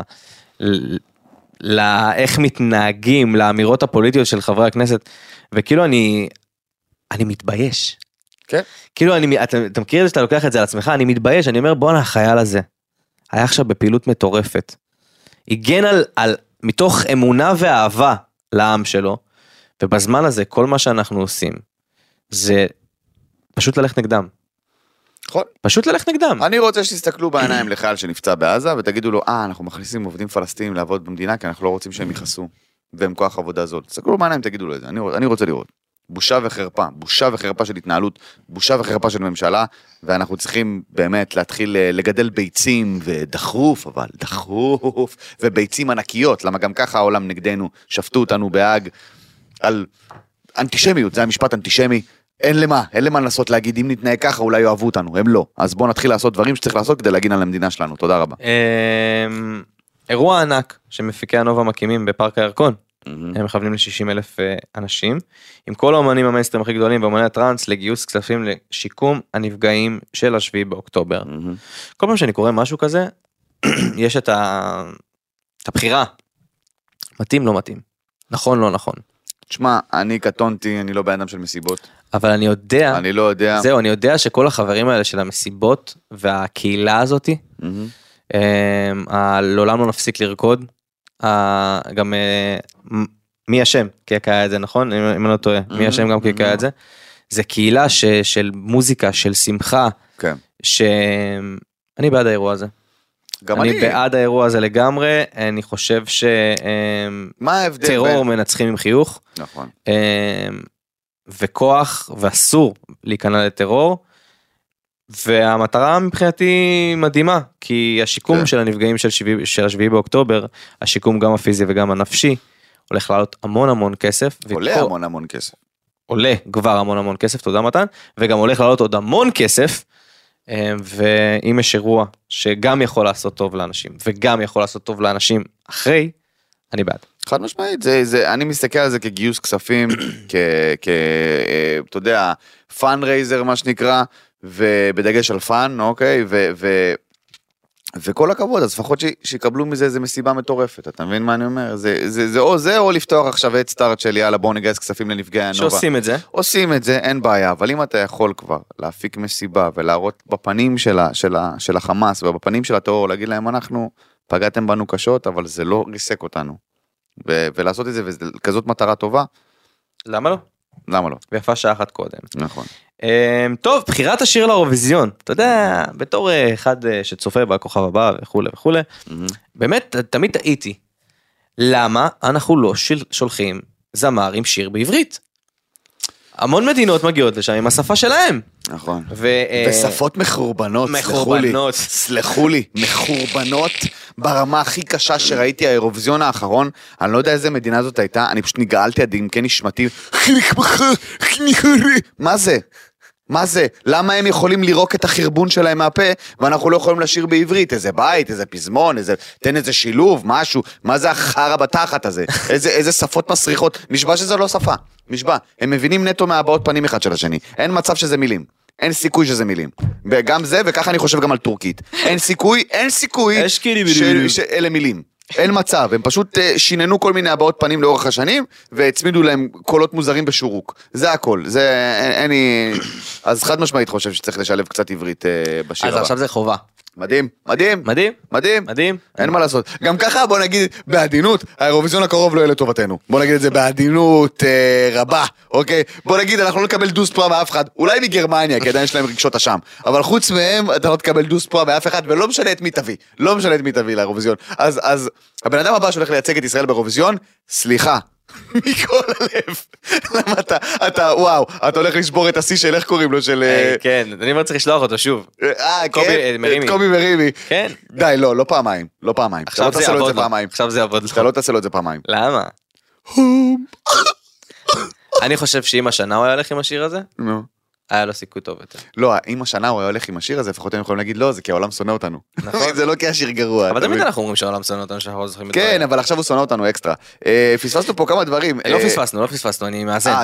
לאיך מתנהגים, לאמירות הפוליטיות של חברי הכנסת, וכאילו אני מתבייש. כן. כאילו אתה מכיר את זה שאתה לוקח את זה על עצמך, אני מתבייש, אני אומר בוא החייל הזה, היה עכשיו בפעילות מטורפת, הגן מתוך אמונה ואהבה לעם שלו, ובזמן הזה כל מה שאנחנו עושים, זה פשוט ללכת נגדם. נכון. פשוט ללכת נגדם. אני רוצה שתסתכלו בעיניים לחייל שנפצע בעזה, ותגידו לו, אנחנו מכניסים עובדים פלסטינים לעבוד במדינה, כי אנחנו לא רוצים שהם יכעסו, והם כוח עבודה זול. תסתכלו בעיניים, תגידו לו את זה, אני רוצה לראות. בושה וחרפה של התנהלות, בושה וחרפה של ממשלה, ואנחנו צריכים באמת להתחיל לגדל ביצים, ודחוף, וביצים ענקיות, למה גם ככה העולם נגדנו, שפטו אותנו בהאג, על אנטישמיות, זה המשפט אנטישמי, אין למה לנסות להגיד, אם נתנהג ככה אולי יאהבו אותנו, הם לא, אז בואו נתחיל לעשות דברים שצריך לעשות, כדי להגן על המדינה שלנו, תודה רבה. אירוע ענק, שמפיקי הנובה מקימים בפארק הירקון, הם מכוונים ל-60,000 אנשים, עם כל האומנים המיינסטרים הכי גדולים, ואומני הטרנס, לגיוס כספים לשיקום הנפגעים של 7 באוקטובר. כל פעם שאני קורא משהו כזה, יש את הבחירה, מתאים לא מתאים, נכון לא נכון. תשמע, אני קטונתי, אני לא בן אדם של מסיבות. אבל אני יודע, אני לא יודע. זהו, אני יודע שכל החברים האלה של המסיבות, והקהילה הזאת, לעולם לא נפסיק לרקוד, גם מי השם קעקע את זה, נכון? אם אני לא טועה, מי השם גם קעקע את זה? זה קהילה של מוזיקה, של שמחה, שאני בעד האירוע הזה. גם אני בעד האירוע הזה לגמרי, אני חושב שטרור מנצחים עם חיוך, נכון. וכוח, ואסור להיכנע לטרור, והמטרה מבחינתי מדהימה, כי השיקום של הנפגעים של 7 באוקטובר, השיקום גם הפיזי וגם הנפשי, הולך לעלות המון כסף. עולה המון כסף. עולה כבר המון כסף, תודה מתן, וגם הולך לעלות עוד המון כסף, ואם יש אירוע שגם יכול לעשות טוב לאנשים, וגם יכול לעשות טוב לאנשים אחרי, אני בעד. חד משמעית, אני מסתכל על זה כגיוס כספים, אתה יודע, פאנרייזר מה שנקרא, ובדגש על פאן, אוקיי, וכל הכבוד, אז לפחות שיקבלו מזה איזה מסיבה מטורפת, אתה מבין מה אני אומר? זה או זה, או לפתוח עכשיו את סטארט של יאללה, בואו נגייס כספים לנפגעי הנובה. שעושים את זה. עושים את זה, אין בעיה, אבל אם אתה יכול כבר להפיק מסיבה, ולהראות בפנים של החמאס, ובפנים של הטרור, להגיד להם, אנחנו פגעתם בנו קשות, אבל זה לא ריסק אותנו. ולעשות את זה, וכזאת מטרה טובה. למה לא? למה לא? ויפה שעה אחת קודם. נכון. טוב, בחירת השיר לאירוויזיון, אתה יודע, בתור אחד שצופה בכוכב הבא וכו', באמת תמיד טעיתי, למה אנחנו לא שולחים זמר עם שיר בעברית? המון מדינות מגיעות לשם עם השפה שלהם. נכון. ושפות מחורבנות, סלחו לי, מחורבנות ברמה הכי קשה שראיתי האירוויזיון האחרון, אני לא יודע איזה מדינה זאת הייתה, אני פשוט נגעלתי עד עמקי נשמתי, מה זה? מה זה? למה הם יכולים לירוק את החרבון שלהם מהפה, ואנחנו לא יכולים לשיר בעברית? איזה בית, איזה פזמון, תן איזה שילוב, משהו, מה זה החרא בתחת הזה? איזה שפות מסריחות, נשבע שזה לא שפה, נשבע, הם מבינים נטו מהבעות פנים אחד של השני, אין מצב שזה מילים, אין סיכוי שזה מילים, וגם זה, וככה אני חושב גם על טורקית, אין סיכוי שאלה מילים. אין מצב, הם פשוט שיננו כל מיני הבעות פנים לאורך השנים, והצמידו להם קולות מוזרים בשורוק. זה הכל, אז חד משמעית חושב שצריך לשלב קצת עברית בשיר הבא. אז עכשיו זה חובה. מדהים. אין מה לעשות. גם ככה בוא נגיד בעדינות, האירוויזיון הקרוב לא יהיה לטובתנו. בוא נגיד את זה בעדינות רבה, אוקיי? בוא נגיד אנחנו לא נקבל דוס פרה מאף אחד, אולי מגרמניה, כי עדיין יש להם רגשות אשם. אבל חוץ מהם אתה לא תקבל דוס פרה מאף אחד, ולא משנה את מי תביא. לא משנה את מי תביא לאירוויזיון. אז הבן אדם הבא שהולך לייצג את ישראל באירוויזיון, סליחה. מכל הלב. למה אתה, וואו, אתה הולך לשבור את השיא של איך קוראים לו, של... כן, אני אומר צריך לשלוח אותו שוב. כן, קובי מרימי. כן. די, לא פעמיים. עכשיו זה יעבוד לו. אתה לא תעשה לו את זה פעמיים. למה? אני חושב שאם השנה הוא היה הולך עם השיר הזה, היה לו סיכוי טוב יותר. לא, אם השנה הוא היה הולך עם השיר הזה, לפחות הם יכולים להגיד לא, זה כי העולם שונא אותנו. נכון. זה לא כי השיר גרוע. אבל תמיד אנחנו אומרים שהעולם שונא אותנו, שאנחנו זוכרים את זה. כן, אבל עכשיו הוא שונא אותנו אקסטרה. פספסנו פה כמה דברים. לא פספסנו, אני מאזן.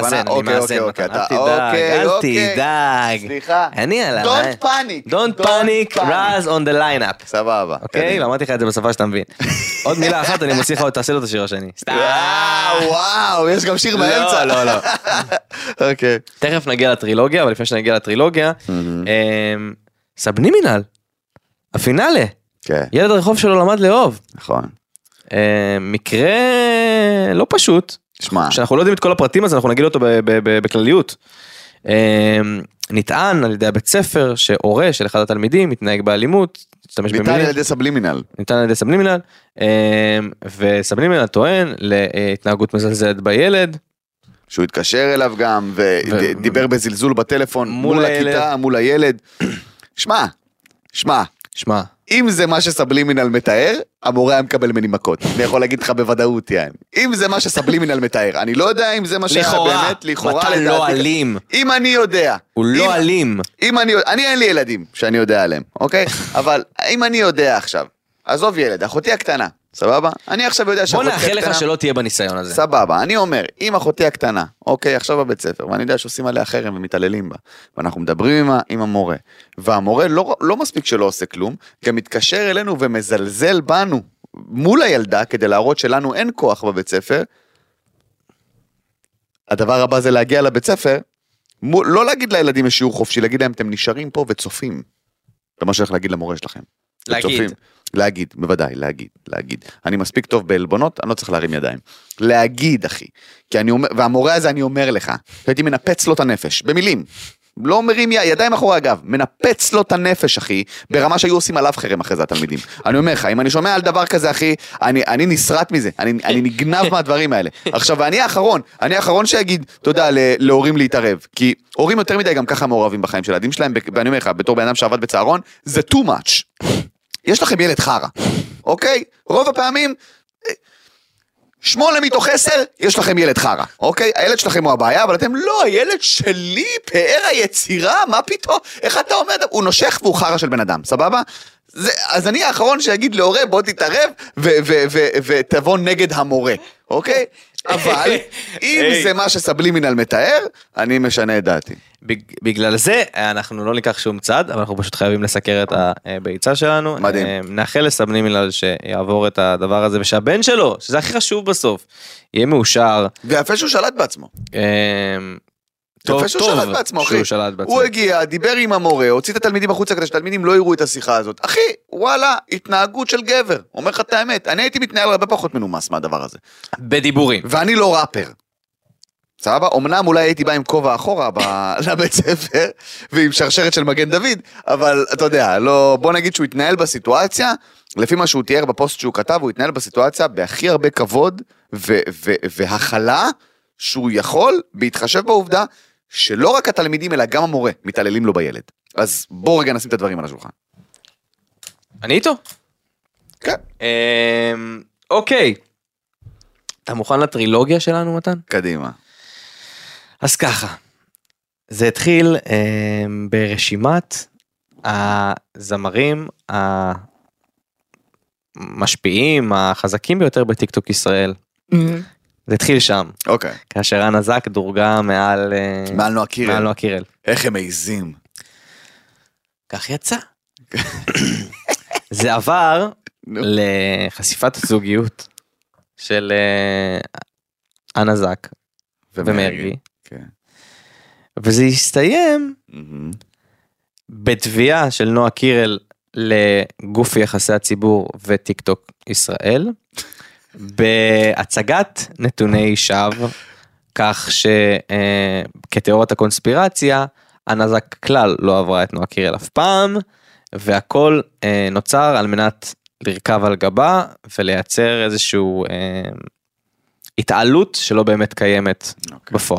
אל תדאג. סליחה. אני עליו. Don't panic, rise on the lineup. סבבה. אוקיי, ואמרתי לך את זה בשפה שאתה מבין. עוד מילה אחת, אני מוציא לך עוד, תעשה לו את השיר השני. וואו, יש גם שיר באמצע. לא. אוקיי. תכף נגיע לטרילוגיה, אבל לפני שנגיע לטרילוגיה, סבלימינל, הפינאלה, ילד הרחוב שלו למד לאהוב. נכון. מקרה לא פשוט, שאנחנו לא יודעים את כל הפרטים, אז אנחנו נגיד אותו בכלליות. נטען על ידי הבית ספר, שהורה של אחד התלמידים מתנהג באלימות, ניתן על ידי סבלימינל. וסבלימינל טוען להתנהגות מזלזלת בילד, שהוא התקשר אליו גם, ודיבר בזלזול בטלפון, מול הכיתה, מול הילד. שמע, אם זה מה שסבלימינל מתאר, המורה היה מקבל מני מכות. אני יכול להגיד לך בוודאות, יען. אם זה מה שסבלימינל מתאר, אני לא יודע אם זה מה שהיה באמת, לכאורה, מתן לא אלים. אם אני יודע. הוא לא אלים. אני אין לי ילדים שאני יודע עליהם, אוקיי? אבל אם אני יודע עכשיו, עזוב ילד, אחותי הקטנה, סבבה? אני עכשיו יודע שאחותי הקטנה... בוא נאחל לך שלא תהיה בניסיון הזה. סבבה, אני אומר, אם אחותי הקטנה, אוקיי, עכשיו בבית ספר, ואני יודע שעושים עליה חרם ומתעללים בה, ואנחנו מדברים עם המורה, והמורה לא מספיק שלא עושה כלום, גם מתקשר אלינו ומזלזל בנו, מול הילדה, כדי להראות שלנו אין כוח בבית ספר, הדבר הבא זה להגיע לבית ספר, לא להגיד לילדים יש שיעור חופשי, להגיד להם, אתם נשארים פה וצופים. זה מה שהולך להגיד למורה שלכם. להגיד, בוודאי, להגיד. אני מספיק טוב בעלבונות, אני לא צריך להרים ידיים. להגיד, אחי. והמורה הזה אני אומר לך, הייתי מנפץ לו את הנפש, במילים. לא מרים ידיים אחורה אגב, מנפץ לו את הנפש, אחי, ברמה שהיו עושים עליו חרם אחרי זה התלמידים. אני אומר לך, אם אני שומע על דבר כזה, אחי, אני נסרט מזה, אני נגנב מהדברים האלה. עכשיו, אני האחרון שיגיד, תודה, להורים להתערב, כי הורים יותר מדי גם ככה מעורבים בחיים של הילדים שלהם, ואני אומר לך, בתור בן אדם שעבד בצהרון, זה too much. יש לכם ילד חרה, אוקיי? רוב הפעמים, 8 מתוך 10, יש לכם ילד חרה, אוקיי? הילד שלכם הוא הבעיה, אבל אתם לא, הילד שלי, פאר היצירה, מה פתאום? איך אתה אומר? הוא נושך והוא חרה של בן אדם, סבבה? אז אני האחרון שיגיד להורה, בוא תתערב, ותבוא נגד המורה, אוקיי? אבל, אם זה מה שסבלימינל מתאר, אני משנה את דעתי. בגלל זה, אנחנו לא ניקח שום צד, אבל אנחנו פשוט חייבים לסקר את הביצה שלנו. מדהים. נאחל לסבלימינל שיעבור את הדבר הזה, ושהבן שלו, שזה הכי חשוב בסוף, יהיה מאושר. ויפה שהוא שלט בעצמו. טוב, שהוא שלט בעצמו, אחי. שהוא שלט בעצמו. הוא הגיע, דיבר עם המורה, הוציא את התלמידים החוצה כדי שתלמידים לא יראו את השיחה הזאת. אחי, וואלה, התנהגות של גבר. אומר לך את האמת, אני הייתי מתנהל הרבה פחות מנומס מהדבר הזה. בדיבורים. ואני לא ראפר. סבבה? אמנם אולי הייתי בא עם כובע אחורה לבית ספר, ועם שרשרת של מגן דוד, אבל אתה יודע, לא, בוא נגיד שהוא התנהל בסיטואציה, לפי מה שהוא תיאר בפוסט שהוא כתב, הוא התנהל בסיטואציה בהכי הרבה כבוד והחלה שהוא יכול, בהתחשב בעובדה, שלא רק התלמידים, אלא גם המורה, מתעללים לו בילד. אז בוא רגע נשים את הדברים על השולחן. אני איתו? כן. אוקיי. אתה מוכן לטרילוגיה שלנו, מתן? קדימה. אז ככה, זה התחיל ברשימת הזמרים המשפיעים, החזקים ביותר בטיקטוק ישראל. זה התחיל שם. אוקיי. כאשר אנה זק דורגה מעל נועה קירל. איך הם מעיזים. כך יצא. זה עבר לחשיפת הזוגיות של אנה זק ומרגי. וזה הסתיים בתביעה של נועה קירל לגוף יחסי הציבור וטיקטוק ישראל, בהצגת נתוני שווא, כך שכתיאוריית הקונספירציה, אנה זק כלל לא עברה את נועה קירל אף פעם, והכל נוצר על מנת לרכב על גבה, ולייצר איזשהו התעלות שלא באמת קיימת בפועל.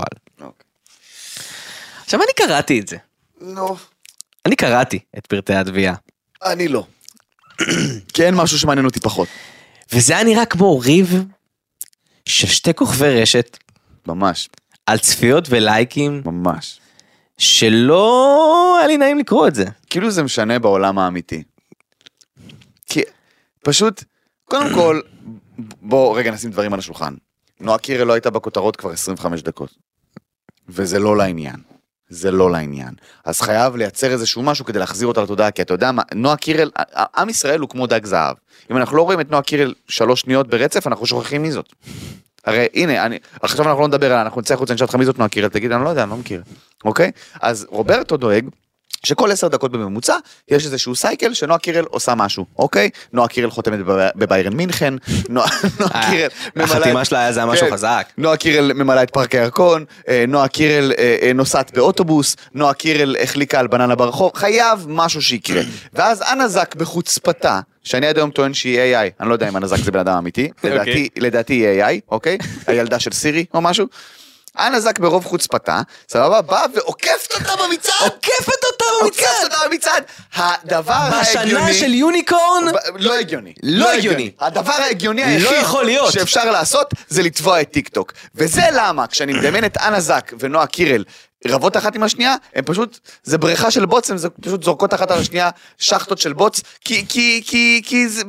עכשיו אני קראתי את זה. לא. אני קראתי את פרטי התביעה. אני לא. כי אין משהו שמעניין אותי פחות. וזה היה נראה כמו ריב של שתי כוכבי רשת. ממש. על צפיות ולייקים. ממש. שלא היה לי נעים לקרוא את זה. כאילו זה משנה בעולם האמיתי. כי פשוט, קודם כל, בוא רגע נשים דברים על השולחן. נועה קירל לא הייתה בכותרות כבר 25 דקות. וזה לא לעניין. זה לא לעניין. אז חייב לייצר איזשהו משהו כדי להחזיר אותה לתודעה, כי אתה יודע מה, נועה קירל, עם ישראל הוא כמו דג זהב. אם אנחנו לא רואים את נועה קירל 3 שניות ברצף, אנחנו שוכחים מי זאת. הרי הנה, עכשיו אנחנו לא נדבר עליה, אנחנו נצא חוץ, אני שאלת לך מי זאת נועה קירל, תגיד, אני לא יודע, אני לא מכיר. אוקיי? אז רוברטו דואג, שכל 10 דקות בממוצע, יש איזשהו סייקל שנועה קירל עושה משהו, אוקיי? נועה קירל חותמת בביירן מינכן, נועה קירל החתימה שלה היה זה משהו חזק. נועה קירל ממלאה את פארק הירקון, נועה קירל נוסעת באוטובוס, נועה קירל החליקה על בננה ברחוב, חייב משהו שיקרה. ואז אנה זק בחוצפתה, שאני עד היום טוען שהיא AI, אני לא יודע אם אנה זק זה בן אדם אמיתי, לדעתי היא AI, אוקיי? הילדה של סירי או משהו. אנה זק ברוב חוצפתה, סבבה, באה ועוקפת אותה במצעד. עוקפת אותה במצעד. הדבר ההגיוני. בשנה של יוניקורן? לא הגיוני. לא הגיוני. הדבר ההגיוני לא יכול להיות. שאפשר לעשות זה לתבוע את טיק טוק. וזה למה, כשאני מדמיין את אנה זק ונועה קירל, רבות אחת עם השנייה, הם פשוט, זה בריכה של בוץ, הם פשוט זורקות אחת על השנייה, שחטות של בוץ, כי זה,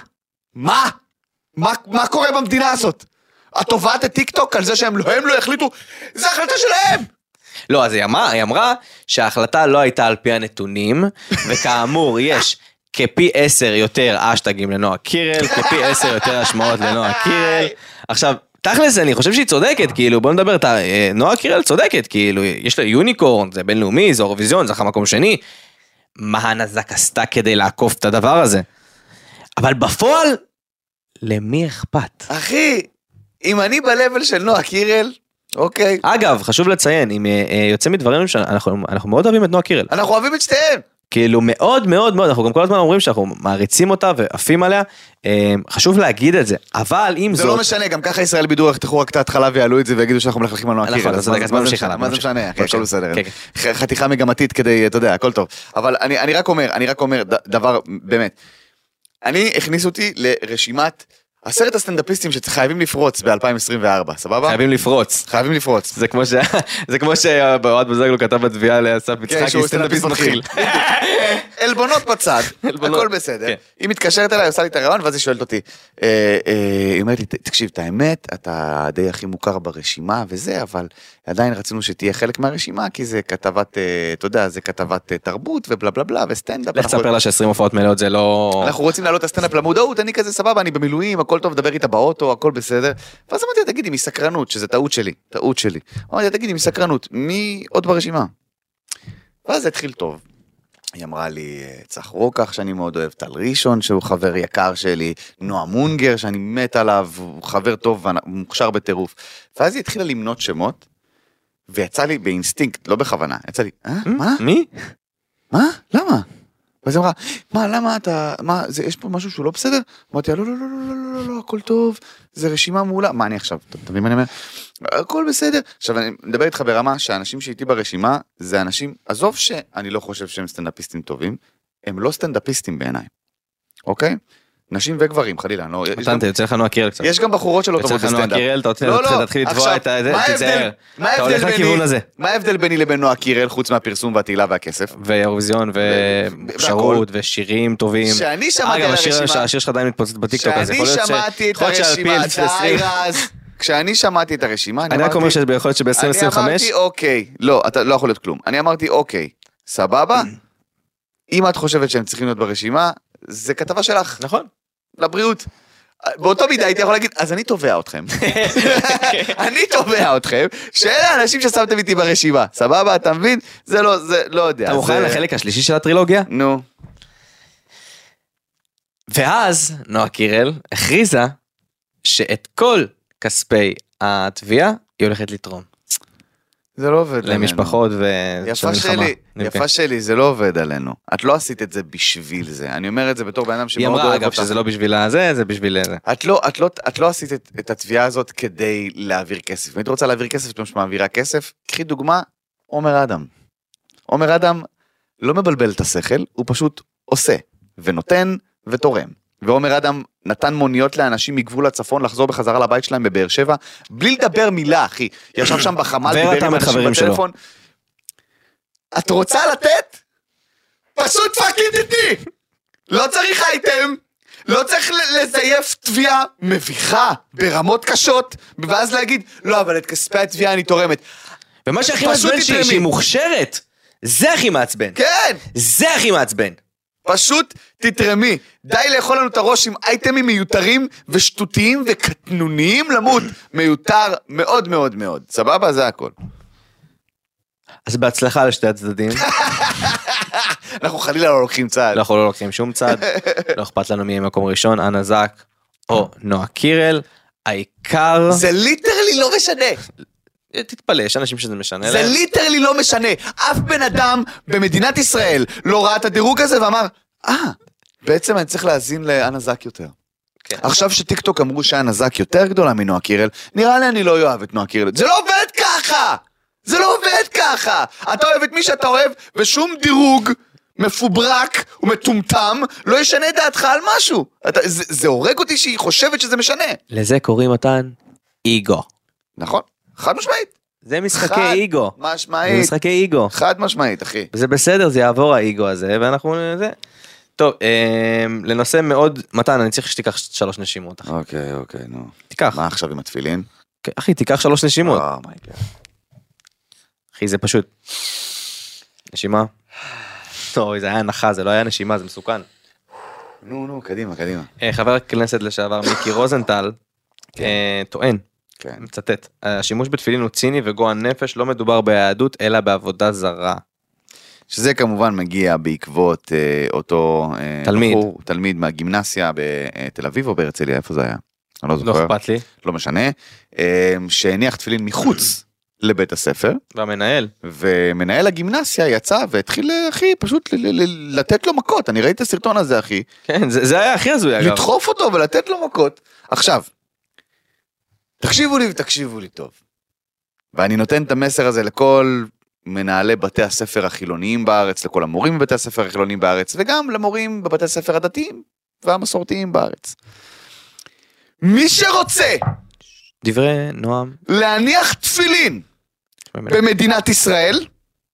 מה קורה במדינה הזאת? את תובעת את טיק טוק על זה שהם לא החליטו, זה החלטה שלהם. לא, אז היא אמרה שההחלטה לא הייתה על פי הנתונים, וכאמור יש כפי 10 יותר אשטגים לנועה קירל, כפי 10 יותר השמעות לנועה קירל. עכשיו, תכלס, אני חושב שהיא צודקת, כאילו, בוא נדבר, נועה קירל צודקת, כאילו, יש לה יוניקורן, זה בינלאומי, זה אירוויזיון, זה המקום שני, מה הנזק עשתה כדי לעקוף את הדבר הזה? אבל בפועל, למי אכפת? אחי, אם אני בלבל של נועה קירל, אוקיי. אגב, חשוב לציין, אם יוצא מדברים שאנחנו מאוד אוהבים את נועה קירל. אנחנו אוהבים את שתיהם. כאילו מאוד מאוד מאוד, אנחנו גם כל הזמן אומרים שאנחנו מעריצים אותה ועפים עליה, חשוב להגיד את זה, אבל אם זאת... זה לא משנה, גם ככה ישראל בידור יחתכו רק את ההתחלה ויעלו את זה ויגידו שאנחנו מלכלכים על נועה קירל. מה זה משנה, הכל בסדר. חתיכה מגמתית כדי, אתה יודע, הכל טוב. אבל אני רק אומר דבר, באמת, אני הכניס אותי לרשימת 10 הסטנדאפיסטים שחייבים לפרוץ ב-2024, סבבה? חייבים לפרוץ. זה כמו שבאוהד בוזגלו כתב בתביעה לאסף מצחקי, סטנדאפיסט מתחיל. אלבונות בצד, הכל בסדר. היא מתקשרת אליי, עושה לי את הרעיון, ואז היא שואלת אותי, היא אומרת לי, תקשיב, את האמת, אתה די הכי מוכר ברשימה וזה, אבל עדיין רצינו שתהיה חלק מהרשימה, כי זה כתבת, אתה יודע, זה כתבת תרבות ובלה בלה בלה וסטנדאפ. לך תספר לה ש20 הופעות מלאות זה לא... אנחנו רוצים להעלות את הסטנדאפ למודעות, אני כזה סבבה, אני במילואים, הכל טוב, דבר איתה באוטו, הכל בסדר. ואז אמרתי, תגידי, מסקרנות, שזה טעות שלי. אמרתי, תגידי, מסקרנות, מי עוד ברשימה? ואז זה התחיל טוב. היא אמרה לי, צח רוקח, שאני מאוד אוהב, טל ראשון, שהוא חבר יקר שלי, נועה מונגר, שאני מת עליו, הוא חבר טוב ומוכשר בטירוף. ואז היא התחילה למנות שמות, ויצא לי באינסטינקט, לא בכוונה, יצא לי, מה? מי? מה? למה? ואז היא אמרה, למה אתה, יש פה משהו שהוא לא בסדר? אמרתי, לא, הכל טוב, זה רשימה מעולה. מה אני עכשיו? אתה מבין מה אני אומר? הכל בסדר. עכשיו, אני מדבר איתך ברמה שהאנשים שאיתי ברשימה, זה אנשים, עזוב שאני לא חושב שהם סטנדאפיסטים טובים, הם לא סטנדאפיסטים בעיניי. אוקיי? נשים וגברים, חלילה. אתה יוצא לך נועה קירל קצת. יש גם בחורות שלא טובות בסטנדאפ. יוצא לך נועה קירל, אתה תתחיל לתבוע את זה, תיזהר. אתה הולך לכיוון הזה. מה ההבדל ביני לבין נועה קירל, חוץ מהפרסום והתהילה והכסף? ואירוויזיון ומוכשרות ושירים טובים. שאני שמעתי על הרשימה. השיר שלך עדיין מתפוצץ בטיקטוק, אז יכול להיות כשאני שמעתי את הרשימה, אני רק אומר שיכול להיות שב-2025... אני אמרתי אוקיי, לא, אתה לא יכול להיות כלום. אני אמרתי אוקיי, סבבה? אם את חושבת שהם צריכים להיות ברשימה, זה כתבה שלך. נכון. לבריאות. באותו מידה הייתי יכול להגיד, אז אני תובע אתכם. אני תובע אתכם, שאלה האנשים ששמתם איתי ברשימה. סבבה, אתה מבין? זה לא יודע. אתה מוכן לחלק השלישי של הטרילוגיה? נו. ואז נועה קירל הכריזה שאת כל כספי התביעה היא הולכת לתרום. זה לא עובד עלינו. למשפחות יפה שלי, זה לא עובד עלינו. את לא עשית את זה בשביל זה. אני אומר את זה בתור בן אדם שמאוד אוהב אותך. היא אמרה, אגב, שזה לא בשביל זה, זה בשביל זה. את לא עשית את התביעה הזאת כדי להעביר כסף. אם היית רוצה להעביר כסף, אתם שמעבירה כסף, קחי דוגמה, עומר אדם. עומר אדם לא מבלבל את השכל, הוא פשוט עושה, ונותן ותורם. ועומר אדם נתן מוניות לאנשים מגבול הצפון לחזור בחזרה לבית שלהם בבאר שבע, בלי לדבר מילה, אחי. ישב שם בחמ"ל, דיבר עם אנשים בטלפון. את רוצה לתת? פשוט פאקינג איתי! לא צריך אייטם, לא צריך לזייף תביעה מביכה ברמות קשות, ואז להגיד, לא, אבל את כספי התביעה אני תורמת. ומה שהכי מעצבן שהיא מוכשרת, זה הכי מעצבן. כן! זה הכי מעצבן. פשוט תתרמי, די לאכול לנו את הראש עם אייטמים מיותרים ושטותיים וקטנוניים למות, מיותר מאוד מאוד מאוד, סבבה? זה הכל. אז בהצלחה לשתי הצדדים. אנחנו חלילה לא לוקחים צעד. אנחנו לא לוקחים שום צעד, לא אכפת לנו מי מקום ראשון, אנה זק או נועה קירל, העיקר... זה ליטרלי לא משנה. תתפלא, יש אנשים שזה משנה להם. זה ליטרלי לא משנה. אף בן אדם במדינת ישראל לא ראה את הדירוג הזה ואמר, בעצם אני צריך להזין לאנה זק יותר. כן. עכשיו שטיקטוק אמרו שאנה זק יותר גדולה מנועה קירל, נראה לי אני לא אוהב את נועה קירל. זה לא עובד ככה! זה לא עובד ככה! אתה אוהב את מי שאתה אוהב, ושום דירוג מפוברק ומטומטם לא ישנה דעתך על משהו. זה הורג אותי שהיא חושבת שזה משנה. לזה קוראים אותן איגו. נכון? חד משמעית. זה משחקי איגו. משמעית. זה משחקי איגו. חד משמעית, אחי. זה בסדר, זה יעבור האיגו הזה, ואנחנו... טוב, לנושא מאוד... מתן, אני צריך שתיקח 3 נשימות, אחי. אוקיי, נו. תיקח. מה עכשיו עם התפילין? אחי, תיקח 3 נשימות. מייגה. אחי, זה פשוט... נשימה. טוב, זה היה הנחה, זה לא היה נשימה, זה מסוכן. נו, קדימה. חבר הכנסת לשעבר מיקי רוזנטל, טוען, כן. מצטט, השימוש בתפילין הוא ציני וגועל נפש, לא מדובר ביהדות אלא בעבודה זרה. שזה כמובן מגיע בעקבות אותו תלמיד. בחור, תלמיד מהגימנסיה בתל אביב או בהרצליה, איפה זה היה? אני לא זוכר. לא אכפת לי. לא משנה. שהניח תפילין מחוץ לבית הספר. והמנהל. ומנהל הגימנסיה יצא והתחיל, אחי, פשוט לתת לו מכות. אני ראיתי את הסרטון הזה, אחי. כן, זה היה הכי הזוי, אגב. לדחוף אותו ולתת לו מכות. עכשיו, תקשיבו לי ותקשיבו לי טוב. ואני נותן את המסר הזה לכל מנהלי בתי הספר החילוניים בארץ, לכל המורים בבתי הספר החילוניים בארץ, וגם למורים בבתי הספר הדתיים והמסורתיים בארץ. מי שרוצה דברי נועם. להניח תפילין במדינת ישראל,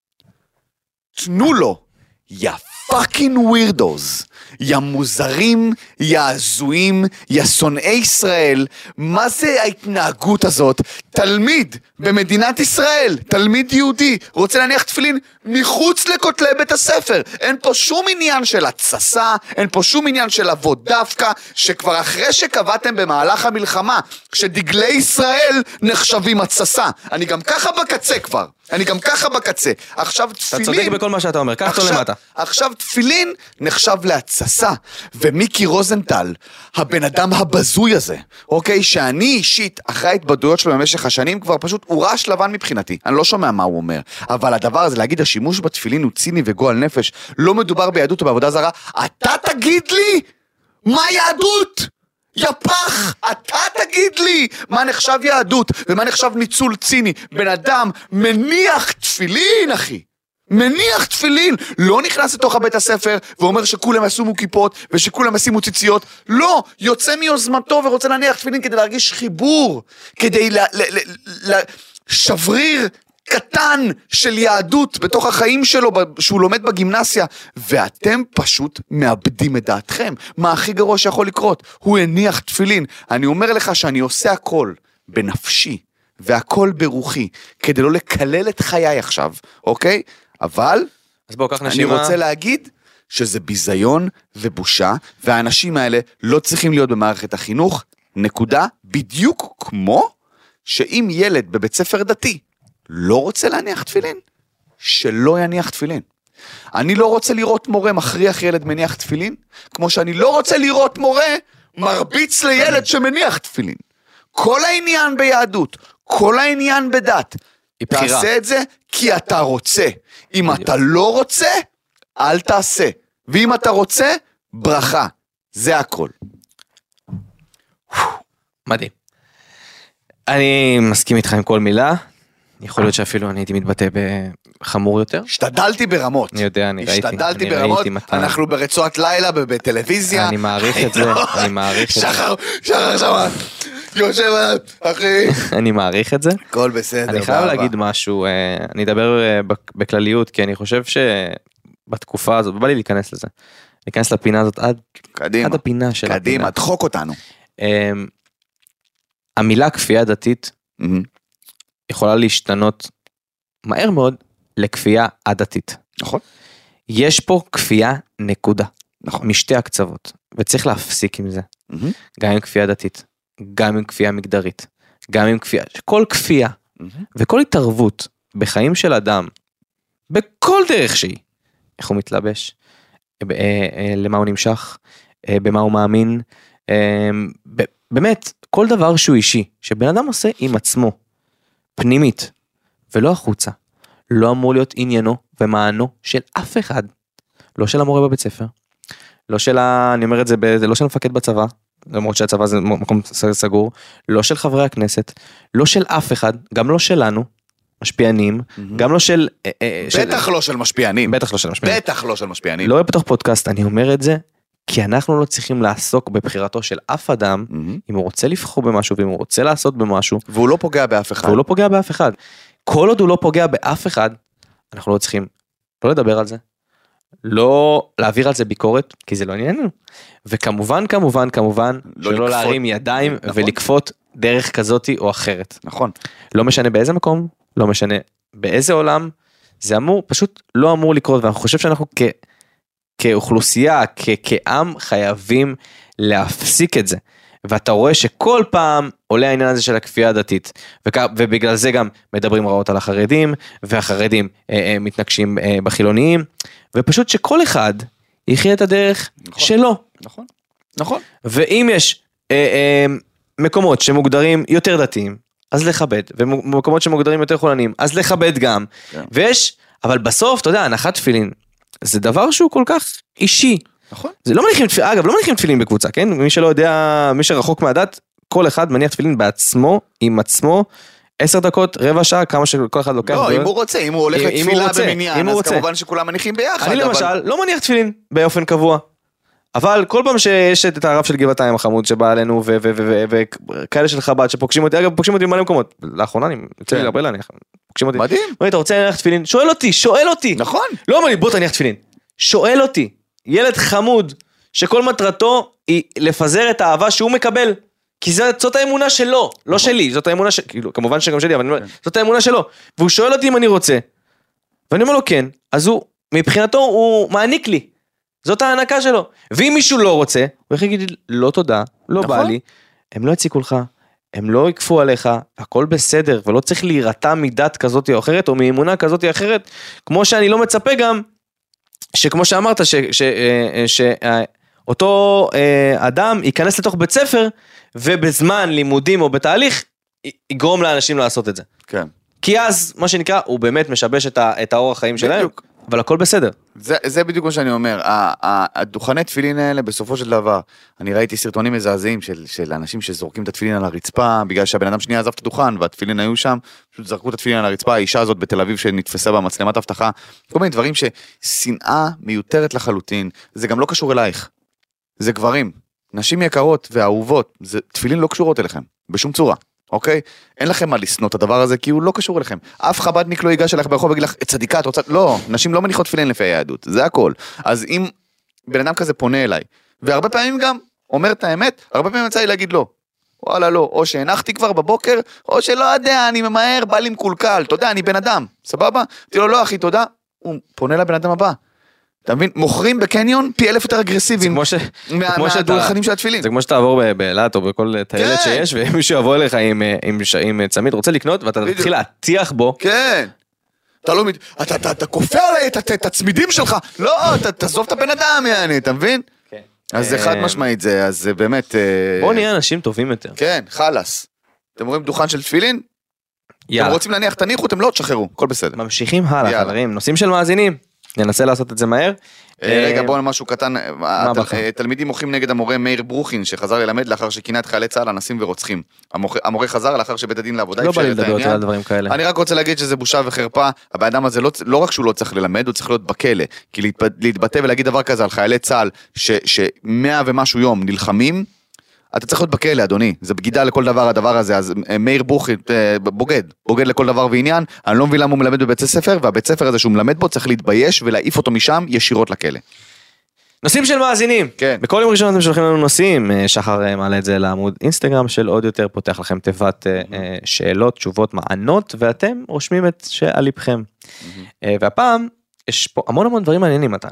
תנו לו, יא פאקינג ווירדוז, יא מוזרים, יא הזויים, יא שונאי ישראל. מה זה ההתנהגות הזאת? תלמיד במדינת ישראל, תלמיד יהודי, רוצה להניח תפילין מחוץ לכותלי בית הספר. אין פה שום עניין של הצסה, אין פה שום עניין של עבוד דווקא, שכבר אחרי שקבעתם במהלך המלחמה, שדגלי ישראל נחשבים הצסה. אני גם ככה בקצה כבר. עכשיו תפילין... אתה צודק בכל מה שאתה אומר, קח אותו למטה. עכשיו תפילין נחשב להצסה, ומיקי רוזנטל, הבן אדם הבזוי הזה, אוקיי, שאני אישית, אחרי ההתבדויות שלו במשך השנים, כבר פשוט הוא רעש לבן מבחינתי, אני לא שומע מה הוא אומר, אבל הדבר הזה, להגיד השימוש בתפילין הוא ציני וגועל נפש, לא מדובר ביהדות או בעבודה זרה, אתה תגיד לי, מה יהדות? יפח, אתה תגיד לי מה נחשב יהדות ומה נחשב ניצול ציני. בן אדם מניח תפילין, אחי, מניח תפילין, לא נכנס לתוך הבית הספר ואומר שכולם ישימו כיפות ושכולם ישימו ציציות, לא, יוצא מיוזמתו ורוצה להניח תפילין כדי להרגיש חיבור, כדי שבריר קטן של יהדות בתוך החיים שלו שהוא לומד בגימנסיה, ואתם פשוט מאבדים את דעתכם. מה הכי גרוע שיכול לקרות? הוא הניח תפילין. אני אומר לך שאני עושה הכל בנפשי והכל ברוחי כדי לא לקלל את חיי עכשיו, אוקיי? אבל אז בוא, קח אני נשימה. רוצה להגיד שזה ביזיון ובושה, והאנשים האלה לא צריכים להיות במערכת החינוך, נקודה, בדיוק כמו שאם ילד בבית ספר דתי לא רוצה להניח תפילין, שלא יניח תפילין. אני לא רוצה לראות מורה מכריח ילד מניח תפילין, כמו שאני לא רוצה לראות מורה מרביץ לילד שמניח תפילין. כל העניין ביהדות, כל העניין בדת, תעשה את זה כי אתה רוצה. אם אתה לא רוצה, אל תעשה. ואם אתה רוצה, ברכה. זה הכל. מדהים. אני מסכים איתך עם כל מילה. יכול להיות שאפילו אני הייתי מתבטא בחמור יותר. השתדלתי ברמות. אני יודע, אני ראיתי. השתדלתי ברמות, אנחנו ברצועת לילה בטלוויזיה. אני מעריך את זה, אני מעריך את זה. שחר שמה, יושב, אחי. אני מעריך את זה. הכל בסדר. אני חייב להגיד משהו, אני אדבר בכלליות, כי אני חושב שבתקופה הזאת, בא לי להיכנס לזה. להיכנס לפינה הזאת עד הפינה של הפינה. קדימה, דחוק אותנו. המילה כפייה דתית, יכולה להשתנות מהר מאוד לכפייה עדתית. נכון. יש פה כפייה נקודה. נכון. משתי הקצוות. וצריך להפסיק עם זה. גם עם כפייה דתית. גם עם כפייה מגדרית. גם עם כפייה. כל כפייה. וכל התערבות בחיים של אדם. בכל דרך שהיא. איך הוא מתלבש. למה הוא נמשך. במה הוא מאמין. באמת, כל דבר שהוא אישי. שבן אדם עושה עם עצמו. פנימית, ולא החוצה, לא אמור להיות עניינו ומענו של אף אחד, לא של המורה בבית ספר, לא של, אני אומר את זה, לא של מפקד בצבא, למרות שהצבא זה מקום סגור, לא של חברי הכנסת, לא של אף אחד, גם לא שלנו, משפיענים, גם לא של... בטח לא של משפיענים. בטח לא של משפיענים. בטח לא של משפיענים. לא בתוך פודקאסט, אני אומר את זה, כי אנחנו לא צריכים לעסוק בבחירתו של אף אדם, אם הוא רוצה לבחור במשהו, ואם הוא רוצה לעשות במשהו. והוא לא פוגע באף אחד. והוא לא פוגע באף אחד. כל עוד הוא לא פוגע באף אחד, אנחנו לא צריכים לא לדבר על זה, לא להעביר על זה ביקורת, כי זה לא ענייננו. וכמובן, שלא להרים ידיים ולקפות דרך כזאת או אחרת. נכון. לא משנה באיזה מקום, לא משנה באיזה עולם, זה אמור, פשוט לא אמור לקרות, ואנחנו חושב שאנחנו כאוכלוסייה, כעם, חייבים להפסיק את זה. ואתה רואה שכל פעם עולה העניין הזה של הכפייה הדתית, ובגלל זה גם מדברים רעות על החרדים, והחרדים מתנגשים בחילוניים, ופשוט שכל אחד יחיה את הדרך שלו. נכון, נכון. ואם יש מקומות שמוגדרים יותר דתיים, אז לכבד, ומקומות שמוגדרים יותר חולניים, אז לכבד גם, ויש, אבל בסוף, אתה יודע, הנחת תפילין, זה דבר שהוא כל כך אישי. נכון. זה לא מניחים, אגב, לא מניחים תפילין בקבוצה, כן? מי שלא יודע, מי שרחוק מהדת, כל אחד מניח תפילין בעצמו, עם עצמו, 10 דקות, רבע שעה, כמה שכל אחד לוקח. לא, אם הוא רוצה, אם הוא הולך לתפילה במניין, אז כמובן שכולם מניחים ביחד. אני למשל לא מניח תפילין באופן קבוע. אבל כל פעם שיש את הרב של גבעתיים החמוד שבא עלינו, וכאלה של חב"ד שפוגשים אותי, אגב, פוגשים אותי במלא מקומות. לאחרונה אני יוצא לי להרבה להניח, פוגשים אותי. מדהים. אתה רוצה להניח תפילין? שואל אותי. נכון. לא אומר לי, בוא תניח תפילין. שואל אותי. ילד חמוד, שכל מטרתו היא לפזר את האהבה שהוא מקבל. כי זאת האמונה שלו, לא שלי, זאת האמונה כאילו, כמובן שגם שלי, אבל זאת האמונה שלו. והוא שואל אותי אם אני רוצה. ואני אומר לו כן, אז הוא, מבחינתו הוא מעניק לי. זאת ההענקה שלו. ואם מישהו לא רוצה, הוא יכול להגיד, לא תודה, לא בא לי, הם לא יציקו לך, הם לא יקפו עליך, הכל בסדר, ולא צריך להירתע מדת כזאת או אחרת, או מאמונה כזאת או אחרת, כמו שאני לא מצפה גם, שכמו שאמרת, שאותו אדם ייכנס לתוך בית ספר, ובזמן לימודים או בתהליך, יגרום לאנשים לעשות את זה. כן. כי אז, מה שנקרא, הוא באמת משבש את האורח החיים שלהם, אבל הכל בסדר. זה בדיוק מה שאני אומר, הדוכני תפילין האלה בסופו של דבר, אני ראיתי סרטונים מזעזעים של אנשים שזורקים את התפילין על הרצפה, בגלל שהבן אדם שנייה עזב את הדוכן, והתפילין היו שם, פשוט זרקו את התפילין על הרצפה, האישה הזאת בתל אביב שנתפסה במצלמת הבטחה, כל מיני דברים ששנאה מיותרת לחלוטין, זה גם לא קשור אלייך, זה גברים, נשים יקרות ואהובות, תפילין לא קשורות אליכם, בשום צורה. אוקיי? אין לכם מה לסנות את הדבר הזה, כי הוא לא קשור אליכם. אף חבדניק לא ייגש אליך ברחוב ויגיד לך, צדיקה, את רוצה... לא, נשים לא מניחות תפילין לפי היהדות, זה הכל. אז אם בן אדם כזה פונה אליי, והרבה פעמים גם אומר את האמת, הרבה פעמים יצא לי להגיד לא. וואלה לא, או שהנחתי כבר בבוקר, או שלא יודע, אני ממהר, בא לי מקולקל, אתה יודע, אני בן אדם, סבבה? תראו לו, לא אחי, תודה. הוא פונה לבן אדם הבא. אתה מבין? מוכרים בקניון פי 1000 יותר אגרסיביים מהדולחנים של התפילין. זה כמו שתעבור באילת או בכל טיילת שיש, ומישהו יבוא אליך עם צמיד, רוצה לקנות, ואתה תתחיל להטיח בו. כן. אתה כופה עליי את הצמידים שלך. לא, תעזוב את הבן אדם, אתה מבין? אז זה חד משמעית זה, אז זה באמת... בוא נהיה אנשים טובים יותר. כן, חלס. אתם רואים דוכן של תפילין? אתם רוצים להניח, תניחו, אתם לא תשחררו, הכל בסדר. ממשיכים הלאה, חברים, נושאים של מאזינים. ננסה לעשות את זה מהר. רגע, בוא משהו קטן. תלמידים מוחים נגד המורה מאיר ברוכין, שחזר ללמד לאחר שכינה את חיילי צה"ל אנסים ורוצחים. המורה חזר לאחר שבית הדין לעבודה לא בא לי לדבר יותר על דברים כאלה. אני רק רוצה להגיד שזה בושה וחרפה. הבן הזה לא רק שהוא לא צריך ללמד, הוא צריך להיות בכלא. כי להתבטא ולהגיד דבר כזה על חיילי צה"ל, ש100 ומשהו יום נלחמים, אתה צריך להיות בכלא, אדוני. זה בגידה לכל דבר, הדבר הזה. אז מאיר ברוכין, בוגד לכל דבר ועניין. אני לא מבין למה הוא מלמד בבית הספר, והבית הספר הזה שהוא מלמד בו צריך להתבייש ולהעיף אותו משם ישירות לכלא. נושאים של מאזינים. כן. בכל יום ראשון אתם שולחים לנו נושאים. שחר מעלה את זה לעמוד אינסטגרם של עוד יותר, פותח לכם תיבת שאלות, תשובות, מענות, ואתם רושמים את שעל ליבכם. והפעם יש פה המון דברים מעניינים, מתן.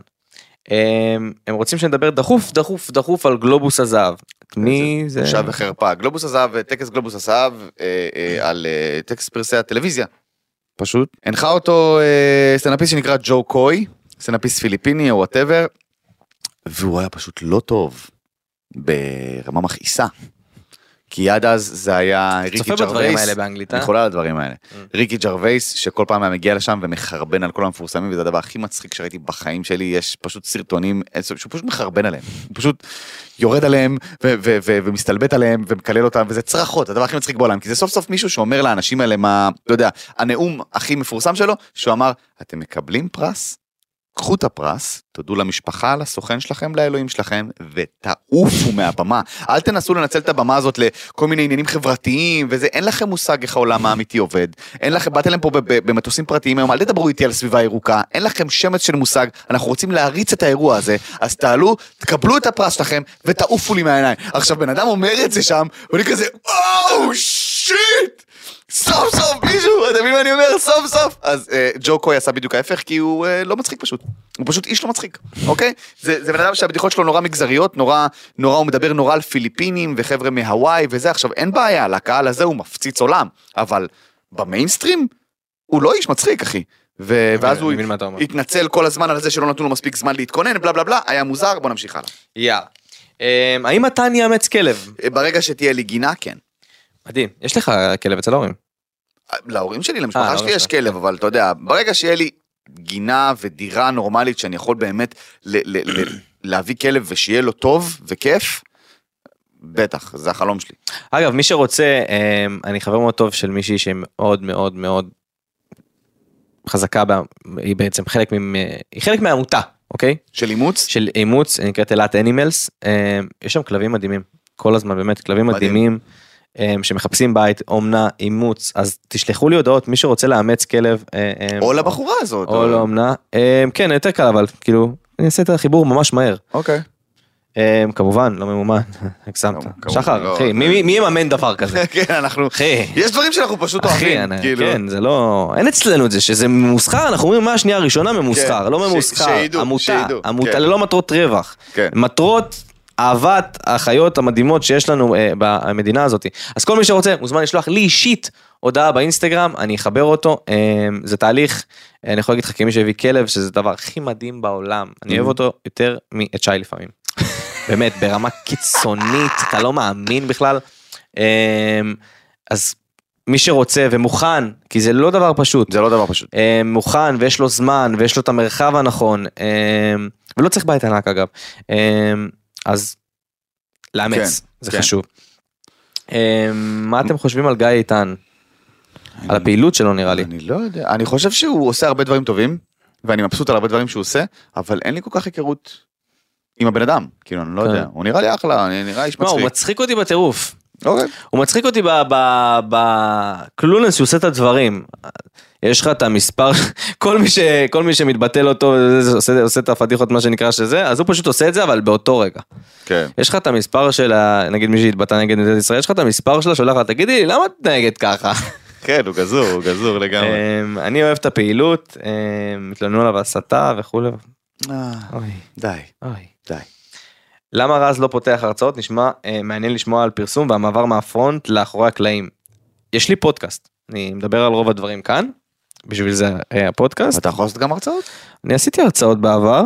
הם רוצים שנדבר דחוף על גלובוס הזהב. מי זה? בושה וחרפה. גלובוס הזהב, טקס גלובוס הזהב, על טקס פרסי הטלוויזיה. פשוט. הנחה אותו סטנדאפיסט שנקרא ג'ו קוי, סטנדאפיסט פיליפיני או whatever, והוא היה פשוט לא טוב, ברמה מכעיסה. כי עד אז זה היה ריקי ג'רווייס. צופה בדברים האלה באנגלית, אני חולה על הדברים האלה. ריקי ג'רווייס, שכל פעם היה מגיע לשם ומחרבן על כל המפורסמים, וזה הדבר הכי מצחיק שראיתי בחיים שלי, יש פשוט סרטונים, שהוא פשוט מחרבן עליהם. הוא פשוט יורד עליהם, ומסתלבט עליהם, ומקלל אותם, וזה צרחות, הדבר הכי מצחיק בעולם, כי זה סוף סוף מישהו שאומר לאנשים האלה מה, לא יודע, הנאום הכי מפורסם שלו, שהוא אמר, אתם מקבלים פרס? קחו את הפרס, תודו למשפחה, לסוכן שלכם, לאלוהים שלכם, ותעופו מהבמה. אל תנסו לנצל את הבמה הזאת לכל מיני עניינים חברתיים, וזה, אין לכם מושג איך העולם האמיתי עובד. אין לכם, באתם להם פה במטוסים פרטיים היום, אל תדברו איתי על סביבה ירוקה, אין לכם שמץ של מושג, אנחנו רוצים להריץ את האירוע הזה, אז תעלו, תקבלו את הפרס שלכם, ותעופו לי מהעיניים. עכשיו, בן אדם אומר את זה שם, ואני כזה, שיט! סוף סוף מישהו, אתה מבין מה אני אומר? סוף סוף. אז ג'ו קוי עשה בדיוק ההפך, כי הוא לא מצחיק פשוט. הוא פשוט איש לא מצחיק, אוקיי? זה בן אדם שהבדיחות שלו נורא מגזריות, נורא, הוא מדבר נורא על פיליפינים וחבר'ה מהוואי וזה. עכשיו, אין בעיה, לקהל הזה הוא מפציץ עולם, אבל במיינסטרים הוא לא איש מצחיק, אחי. ואז הוא התנצל כל הזמן על זה שלא נתנו לו מספיק זמן להתכונן, בלה בלה בלה, היה מוזר, בוא נמשיך הלאה. יאללה. האם אתה נאמץ כלב? ברגע שתהיה לי גינה, כן. מדהים, יש לך כלב אצל ההורים? להורים שלי, למשפחה שלי יש כלב, אבל אתה יודע, ברגע שיהיה לי גינה ודירה נורמלית, שאני יכול באמת להביא כלב ושיהיה לו טוב וכיף, בטח, זה החלום שלי. אגב, מי שרוצה, אני חבר מאוד טוב של מישהי שמאוד מאוד מאוד חזקה, היא בעצם חלק מהעמותה, אוקיי? של אימוץ? של אימוץ, נקראת אלת אנימלס, יש שם כלבים מדהימים, כל הזמן באמת, כלבים מדהימים, שמחפשים בית, אומנה, אימוץ, אז תשלחו לי הודעות, מי שרוצה לאמץ כלב, או לבחורה הזאת. או לאומנה, כן, יותר קל, אבל כאילו, אני אעשה את החיבור ממש מהר. אוקיי. כמובן, לא ממומן, הקסמת. שחר, אחי, מי יממן דבר כזה? כן, אנחנו, יש דברים שאנחנו פשוט אוהבים. כן, זה לא, אין אצלנו את זה, שזה ממוסחר, אנחנו אומרים מה השנייה הראשונה ממוסחר, לא ממוסחר, עמותה ללא מטרות רווח, מטרות אהבת החיות המדהימות שיש לנו במדינה הזאת. אז כל מי שרוצה, מוזמן לשלוח לי אישית הודעה באינסטגרם, אני אחבר אותו, זה תהליך, אני יכול להגיד לך כמי שהביא כלב, שזה דבר הכי מדהים בעולם, אני אוהב אותו יותר את שי לפעמים. באמת, ברמה קיצונית, אתה לא מאמין בכלל. אז מי שרוצה ומוכן, כי זה לא דבר פשוט. זה לא דבר פשוט. מוכן ויש לו זמן ויש לו את המרחב הנכון, ולא צריך בית ענק אגב. אז לאמץ, זה חשוב. מה אתם חושבים על גיא איתן? על הפעילות שלו נראה לי. אני לא יודע, אני חושב שהוא עושה הרבה דברים טובים, ואני מבסוט על הרבה דברים שהוא עושה, אבל אין לי כל כך היכרות עם הבן אדם, כאילו, אני לא יודע, הוא נראה לי אחלה, נראה איש מצחיק. הוא מצחיק אותי בטירוף. אוקיי. הוא מצחיק אותי בקלונס שהוא עושה את הדברים. יש לך את המספר, כל מי שמתבטל אותו, עושה את הפדיחות מה שנקרא שזה, אז הוא פשוט עושה את זה, אבל באותו רגע. כן. יש לך את המספר של, נגיד מי שהתבטא נגד מדינת ישראל, יש לך את המספר שלה, שולח לה, תגידי לי, למה את נגד ככה? כן, הוא גזור לגמרי. אני אוהב את הפעילות, מתלוננו עליו הסתה וכו'. די. למה רז לא פותח הרצאות? נשמע מעניין לשמוע על פרסום והמעבר מהפרונט לאחורי הקלעים. יש לי פודקאסט, אני מדבר על רוב הדברים כאן, בשביל זה הפודקאסט. אתה יכול לעשות גם הרצאות? אני עשיתי הרצאות בעבר,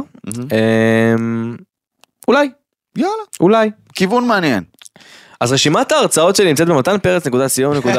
אולי. יאללה. אולי. כיוון מעניין. אז רשימת ההרצאות שלי נמצאת במתנפרץ.co.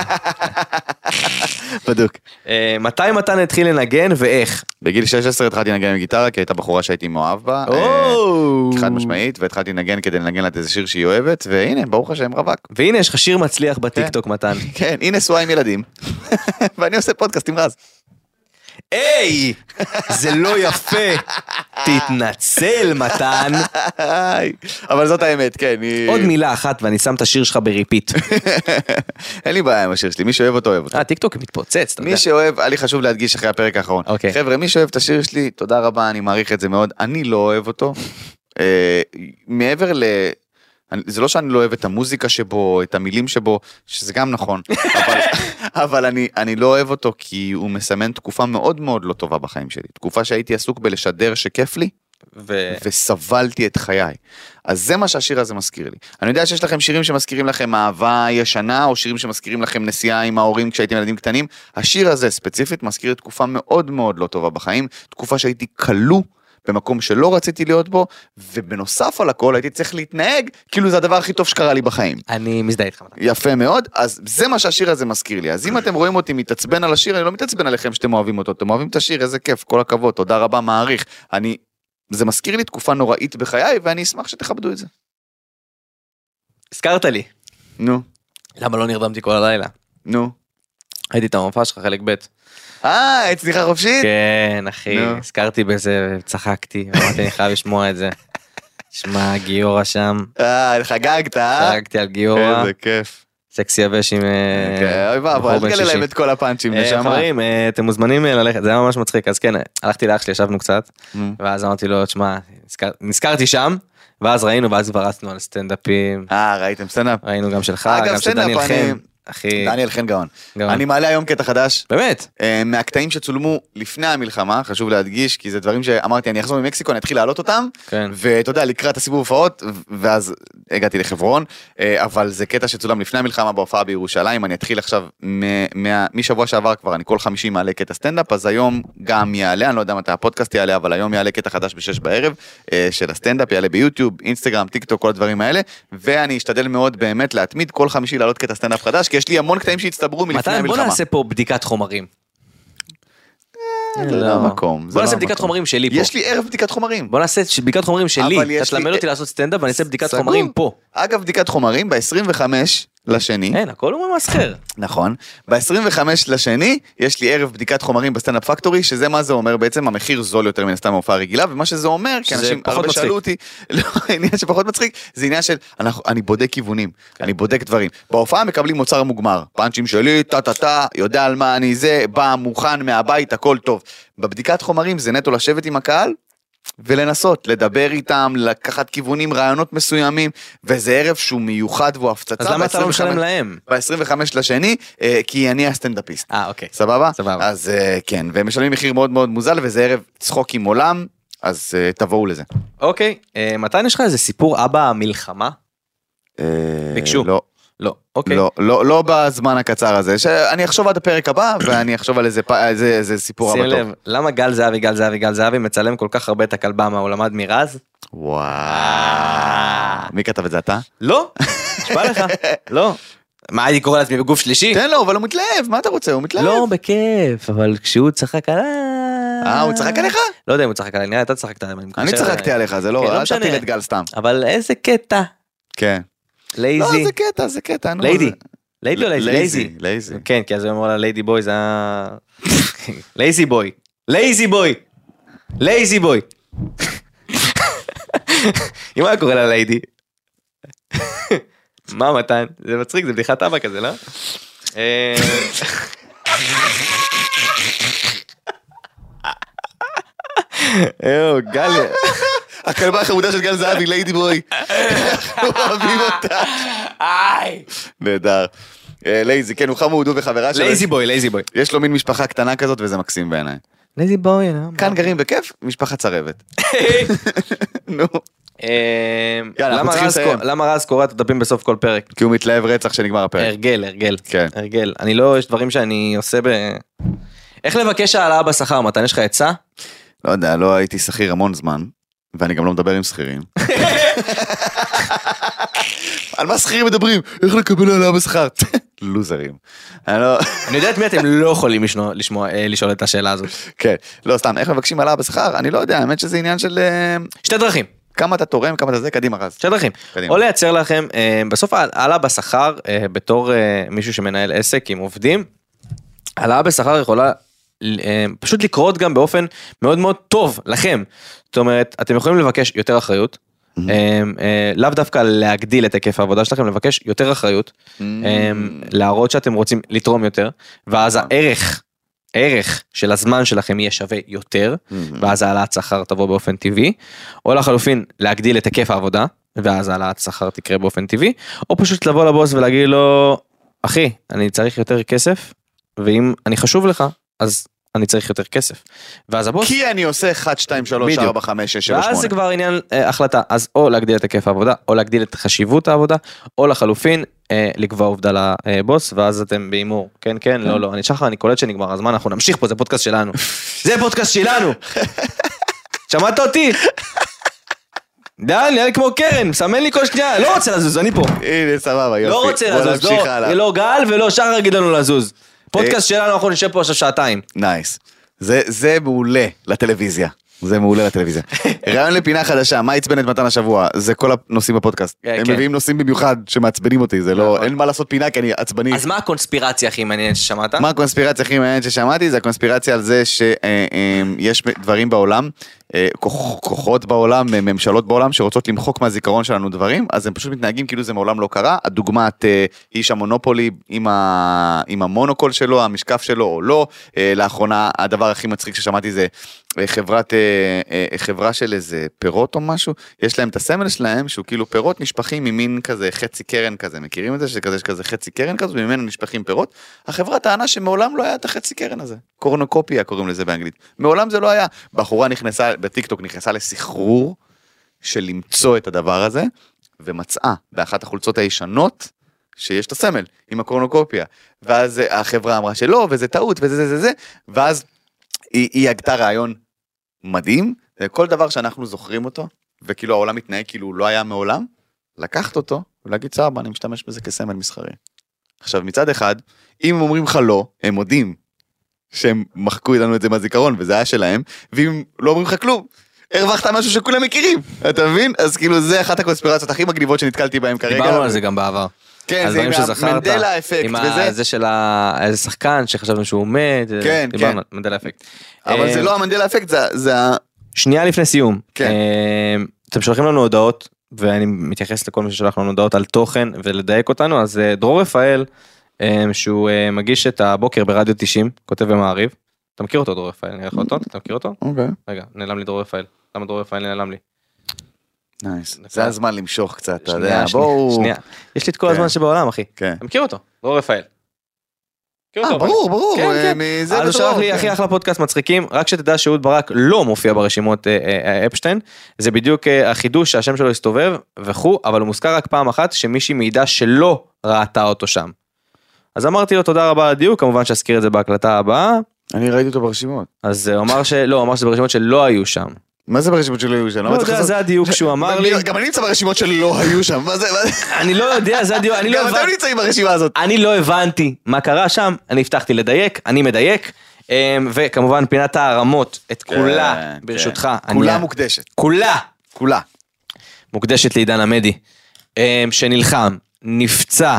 בדוק. מתי מתן התחיל לנגן ואיך? בגיל 16 התחלתי לנגן עם גיטרה, כי הייתה בחורה שהייתי מאוהב בה. חד משמעית, והתחלתי לנגן כדי לנגן לה איזה שיר שהיא אוהבת, והנה, ברוך השם רווק. והנה, יש לך שיר מצליח בטיקטוק, מתן. כן, הנה נשואה עם ילדים. ואני עושה פודקאסט עם רז. היי, זה לא יפה. תתנצל, מתן. אבל זאת האמת, כן. עוד מילה אחת ואני שם את השיר שלך בריפיט. אין לי בעיה עם השיר שלי, מי שאוהב אותו אוהב אותו. טיקטוק מתפוצץ, אתה יודע. מי שאוהב, היה לי חשוב להדגיש אחרי הפרק האחרון. חבר'ה, מי שאוהב את השיר שלי, תודה רבה, אני מעריך את זה מאוד. אני לא אוהב אותו. מעבר זה לא שאני לא אוהב את המוזיקה שבו, את המילים שבו, שזה גם נכון, אבל אני לא אוהב אותו כי הוא מסמן תקופה מאוד מאוד לא טובה בחיים שלי. תקופה שהייתי עסוק בלשדר שכיף לי, וסבלתי את חיי. אז זה מה שהשיר הזה מזכיר לי. אני יודע שיש לכם שירים שמזכירים לכם אהבה ישנה, או שירים שמזכירים לכם נסיעה עם ההורים כשהייתם ילדים קטנים. השיר הזה ספציפית מזכיר תקופה מאוד מאוד לא טובה בחיים, תקופה שהייתי קלו, במקום שלא רציתי להיות בו, ובנוסף על הכל הייתי צריך להתנהג, כאילו זה הדבר הכי טוב שקרה לי בחיים. אני מזדהה איתך. יפה מאוד, אז זה מה שהשיר הזה מזכיר לי. אז אם אתם רואים אותי מתעצבן על השיר, אני לא מתעצבן עליכם שאתם אוהבים אותו, אתם אוהבים את השיר, איזה כיף, כל הכבוד, תודה רבה, מעריך. זה מזכיר לי תקופה נוראית בחיי, ואני אשמח שתכבדו את זה. הזכרת לי. נו. למה לא נרדמתי כל הלילה? נו. הייתי את המופע שלך חלק ב'. הצליחה חופשית? כן, אחי, הזכרתי בזה, צחקתי, אמרתי, אני חייב לשמוע את זה. שמע, גיורא שם. חגגת, חגגתי על גיורא. איזה כיף. סקסי יבש עם... אוי ואבו, אל תגלה להם את כל הפאנצ'ים, נשמה. חברים, אתם מוזמנים ללכת, זה היה ממש מצחיק, אז כן, הלכתי לאח שלי, ישבנו קצת, ואז אמרתי לו, תשמע, נזכרתי שם, ואז ראינו, ואז ברצנו על סטנדאפים. ראיתם סטנדאפ? ראינו גם שלך, גם של דניאל חן. אחי. דניאל חן גאון. גאון. אני מעלה היום קטע חדש. באמת? מהקטעים שצולמו לפני המלחמה, חשוב להדגיש, כי זה דברים שאמרתי, אני אחזור ממקסיקו, אני אתחיל להעלות אותם, כן. ואתה יודע, לקראת הסיבוב הופעות, ואז הגעתי לחברון, אבל זה קטע שצולם לפני המלחמה בהופעה בירושלים, אני אתחיל עכשיו, משבוע שעבר כבר, אני כל 50 מעלה קטע סטנדאפ, אז היום גם יעלה, אני לא יודע מתי הפודקאסט יעלה, אבל היום יעלה קטע חדש ב6 בערב, של הסטנדאפ, יעלה ביוטיוב, אינסטגרם, טיק טוק, כל הדברים האלה, ואני אשתדל מאוד באמת להתמיד כל 50 לעלות קטע סטנדאפ חדש, כי יש לי המון קטעים שהצטברו מלפני המלחמה. בוא נעשה פה בדיקת חומרים. זה לא המקום. בוא נעשה בדיקת חומרים שלי פה. יש לי ערב בדיקת חומרים. בוא נעשה בדיקת חומרים שלי. אתה תלמד אותי לעשות סטנדאפ ואני אעשה בדיקת חומרים פה. אגב, בדיקת חומרים ב-25 לשני. אין, הכל הוא ממסחר. נכון. ב-25 לשני יש לי ערב בדיקת חומרים בסטנדאפ פקטורי, שזה מה זה אומר בעצם, המחיר זול יותר מן הסתם מהופעה רגילה, ומה שזה אומר, כי אנשים הרבה שאלו אותי, לא, עניין שפחות מצחיק, זה עניין של, אני בודק כיוונים, אני בודק דברים. בהופעה מקבלים מוצר מוגמר, פאנצ'ים שלי, טה, יודע על מה אני זה, בא מוכן מהבית, הכל טוב. בבדיקת חומרים זה נטו לשבת עם הקהל, ולנסות, לדבר איתם, לקחת כיוונים, רעיונות מסוימים, וזה ערב שהוא מיוחד והוא הפצצה. אז למה אתה לא משלם להם? ב-25 לשני, כי אני הסטנדאפיסט. אוקיי. סבבה? סבבה. אז כן, והם משלמים מחיר מאוד מאוד מוזל, וזה ערב צחוק עם עולם, אז תבואו לזה. אוקיי, מתי יש לך איזה סיפור אבא המלחמה? ביקשו. לא. לא, אוקיי. לא בזמן הקצר הזה, שאני אחשוב עד הפרק הבא, ואני אחשוב על איזה סיפור הבא טוב. שים לב, למה גל זהבי מצלם כל כך הרבה את הכלבה, מה הוא למד מרז? וואו. מי כתב את זה, אתה? לא, נשבע לך, לא. מה, אני קורא לעצמי בגוף שלישי? תן לו, אבל הוא מתלהב, מה אתה רוצה? הוא מתלהב. לא, בכיף, אבל כשהוא צחק עליי... הוא צחק עליך? לא יודע אם הוא צחק עליי, נראה, אתה צחקת עליי. אני צחקתי עליך, זה לא, אל תפיל את גל סתם. אבל איזה קטע. כן. לייזי. לא, זה קטע. ליידי. ליידי או לייזי? לייזי. כן, כי אז הוא אומר לה ליידי בוי, זה היה... לייזי בוי. לייזי בוי. לייזי בוי. אם היה קורא לה ליידי. מה מתן? זה מצחיק, זה בדיחת אבא כזה, לא? גל... הכלבה החמודה של גל זהבי, ליידי בוי. אנחנו אוהבים אותה. נהדר. לייזי, כן, הוא חמוד, הוא וחברה שלו. לייזי בוי. יש לו מין משפחה קטנה כזאת, וזה מקסים בעיניי. לייזי בוי. כאן גרים בכיף, משפחה צרבת. נו. למה רז קורא את הדפים בסוף כל פרק? כי הוא מתלהב רצח שנגמר הפרק. הרגל. אני לא, יש דברים שאני עושה איך לבקש העלאה בשכר, מתן, יש לך עצה? לא יודע, לא הייתי שכיר המון זמן, ואני גם לא מדבר עם שכירים. על מה שכירים מדברים? איך לקבל העלאה בשכר? לוזרים. אני יודע את מי אתם לא יכולים לשאול את השאלה הזאת. כן, לא סתם, איך מבקשים העלאה בשכר? אני לא יודע, האמת שזה עניין של... שתי דרכים. כמה אתה תורם, כמה אתה זה, קדימה רז. שתי דרכים. או לייצר לכם, בסוף העלאה בשכר, בתור מישהו שמנהל עסק עם עובדים, העלאה בשכר יכולה פשוט לקרות גם באופן מאוד מאוד טוב לכם. זאת אומרת, אתם יכולים לבקש יותר אחריות, לאו דווקא להגדיל את היקף העבודה שלכם, לבקש יותר אחריות, להראות שאתם רוצים לתרום יותר, ואז הערך של הזמן שלכם יהיה שווה יותר, ואז העלאת שכר תבוא באופן טבעי, או לחלופין להגדיל את היקף העבודה, ואז העלאת שכר תקרה באופן טבעי, או פשוט לבוא לבוס ולהגיד לו, אחי, אני צריך יותר כסף, ואם אני חשוב לך, אז אני צריך יותר כסף. ואז הבוס... כי אני עושה 1, 2, 3, 4, 5, 6, 7, 8. ואז זה כבר עניין החלטה. אז או להגדיל את היקף העבודה, או להגדיל את חשיבות העבודה, או לחלופין, לקבוע עובדה לבוס, ואז אתם באימור. כן, כן, לא, לא. אני שחר, אני קולט שנגמר הזמן, אנחנו נמשיך פה, זה פודקאסט שלנו. זה פודקאסט שלנו! שמעת אותי? דן, נראה לי כמו קרן, מסמן לי כל שנייה, לא רוצה לזוז, אני פה. הנה, סבבה, יופי. לא רוצה לזוז, לא גל ולא שחר יגיד לנו לזוז. פודקאסט שלנו, אנחנו נשב פה עכשיו שעתיים. נייס. זה מעולה לטלוויזיה. זה מעולה לטלוויזיה. רעיון לפינה חדשה, מה עצבן את מתן השבוע? זה כל הנושאים בפודקאסט. הם מביאים נושאים במיוחד שמעצבנים אותי, זה לא, אין מה לעשות פינה כי אני עצבני. אז מה הקונספירציה הכי מעניינת ששמעת? מה הקונספירציה הכי מעניינת ששמעתי? זה הקונספירציה על זה שיש דברים בעולם, כוחות בעולם, ממשלות בעולם שרוצות למחוק מהזיכרון שלנו דברים, אז הם פשוט מתנהגים כאילו זה מעולם לא קרה. הדוגמת איש המונופולי עם המונוקול שלו, המשקף שלו או לא. לאחרונה הדבר הכי מצחיק ששמעתי זה חברה של איזה פירות או משהו, יש להם את הסמל שלהם, שהוא כאילו פירות נשפכים ממין כזה חצי קרן כזה, מכירים את זה? שיש כזה חצי קרן כזה, וממנו נשפכים פירות. החברה טענה שמעולם לא היה את החצי קרן הזה. קורנוקופיה קוראים לזה באנגלית. מעולם זה לא היה. בחורה נכנסה, בטיקטוק נכנסה לסחרור, של למצוא את הדבר הזה, ומצאה באחת החולצות הישנות, שיש את הסמל, עם הקורנוקופיה. ואז החברה אמרה שלא, וזה טעות, וזה, ואז היא הגתה רעיון מדהים, וכל דבר שאנחנו זוכרים אותו, וכאילו העולם מתנהג כאילו לא היה מעולם, לקחת אותו, ולהגיד סבא, אני משתמש בזה כסמל מסחרי. עכשיו, מצד אחד, אם אומרים לך לא, הם מודים, שהם מחקו לנו את זה מהזיכרון, וזה היה שלהם, ואם לא אומרים לך כלום, הרווחת משהו שכולם מכירים, אתה מבין? אז כאילו זה אחת הקונספירציות הכי מגניבות שנתקלתי בהם כרגע. דיברנו על זה גם בעבר. כן, זה עם המנדלה אפקט וזה. זה של איזה שחקן שחשבנו שהוא מת. כן, כן. מנדלה אפקט. אבל זה לא המנדלה אפקט, זה שנייה לפני סיום. אתם שולחים לנו הודעות, ואני מתייחס לכל מי ששולח לנו הודעות על תוכן ולדייק אותנו, אז דרור רפאל, שהוא מגיש את הבוקר ברדיו 90, כותב במעריב. אתה מכיר אותו דרור רפאל? נראה לך אותו? אתה מכיר אותו? אוקיי. רגע, נעלם לי דרור רפאל. למה דרור רפאל נעלם לי? נייס. זה הזמן למשוך קצת, אתה יודע, בואו. שנייה, יש לי את כל הזמן שבעולם, אחי. אתה מכיר אותו? דרור רפאל. ברור. אז הוא שלח לי הכי אחלה פודקאסט מצחיקים, רק שתדע שאהוד ברק לא מופיע ברשימות אפשטיין, זה בדיוק החידוש שהשם שלו הסתובב וכו', אבל הוא מוזכר רק פעם אחת שמישהי מעידה שלא ראתה אותו שם. אז אמרתי לו תודה רבה על הדיוק, כמובן שאזכיר את זה בהקלטה הבאה. אני ראיתי אותו ברשימות. אז הוא אמר שזה ברשימות שלא היו שם. מה זה ברשימות שלא היו שם? לא יודע, זה הדיוק שהוא אמר לי. גם אני נמצא ברשימות שלא היו שם. מה זה? אני לא יודע, זה הדיוק. גם אתם נמצאים ברשימה הזאת. אני לא הבנתי מה קרה שם, אני הבטחתי לדייק, אני מדייק, וכמובן פינת הערמות, את כולה, ברשותך. כולה מוקדשת. כולה. מוקדשת לעידן עמדי, שנלחם, נפצע,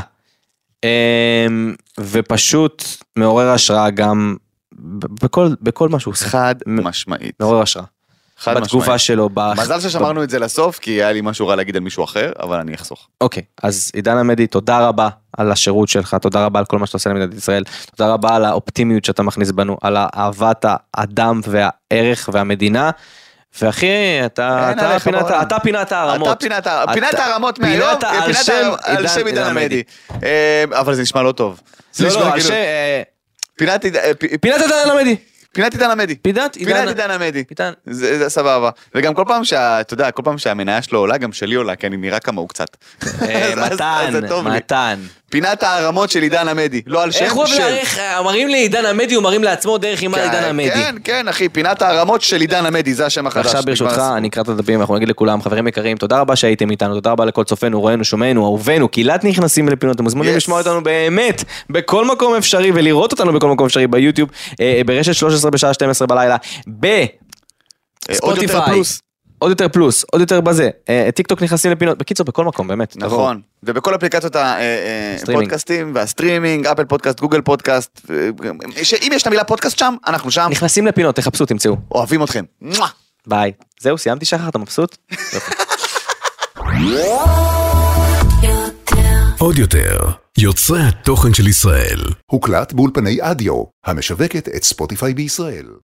ופשוט מעורר השראה גם בכל משהו. חד משמעית. מעורר השראה. בתגובה שלו. מזל ששמרנו את זה לסוף, כי היה לי משהו רע להגיד על מישהו אחר, אבל אני אחסוך. אוקיי, אז עידן עמדי, תודה רבה על השירות שלך, תודה רבה על כל מה שאתה עושה למדינת ישראל, תודה רבה על האופטימיות שאתה מכניס בנו, על אהבת האדם והערך והמדינה, ואחי, אתה פינת הערמות. פינת הערמות מהיום, על שם עידן עמדי. אבל זה נשמע לא טוב. לא, פינת עידן עמדי. פינת עידן עמדי. פינת עידן עמדי. זה סבבה. וגם כל פעם אתה יודע, כל פעם שהמניה שלו עולה, גם שלי עולה, כי אני נראה כמה הוא קצת. מתן. פינת הערמות של עידן עמדי, לא על שם של. איך אומרים לעידן עמדי, אומרים לעצמו דרך עם עידן עמדי. כן, אחי, פינת הערמות של עידן עמדי, זה השם החדש. עכשיו ברשותך, אני אקרא את הדפים, אנחנו נגיד לכולם, חברים יקרים, תודה רבה שהייתם איתנו, תודה רבה לכל צופנו, רואינו, שומענו, אהובנו, קהילת נכנסים לפינות, אתם מוזמנים לשמוע אותנו באמת, בכל מקום אפשרי, ולראות אותנו בכל מקום אפשרי ביוטיוב, ברשת 13 בשעה 12 בלילה, בספוטיפיי. עוד יותר פלוס, עוד יותר בזה, טיק טוק נכנסים לפינות, בקיצור בכל מקום באמת. נכון, ובכל אפליקציות הפודקאסטים והסטרימינג, אפל פודקאסט, גוגל פודקאסט, אם יש את המילה פודקאסט שם, אנחנו שם. נכנסים לפינות, תחפשו, תמצאו. אוהבים אתכם. ביי. זהו, סיימתי שחר, אתה מבסוט? עוד יותר, יוצרי התוכן של ישראל. הוקלט באולפני אדיו, המשווקת את ספוטיפיי בישראל.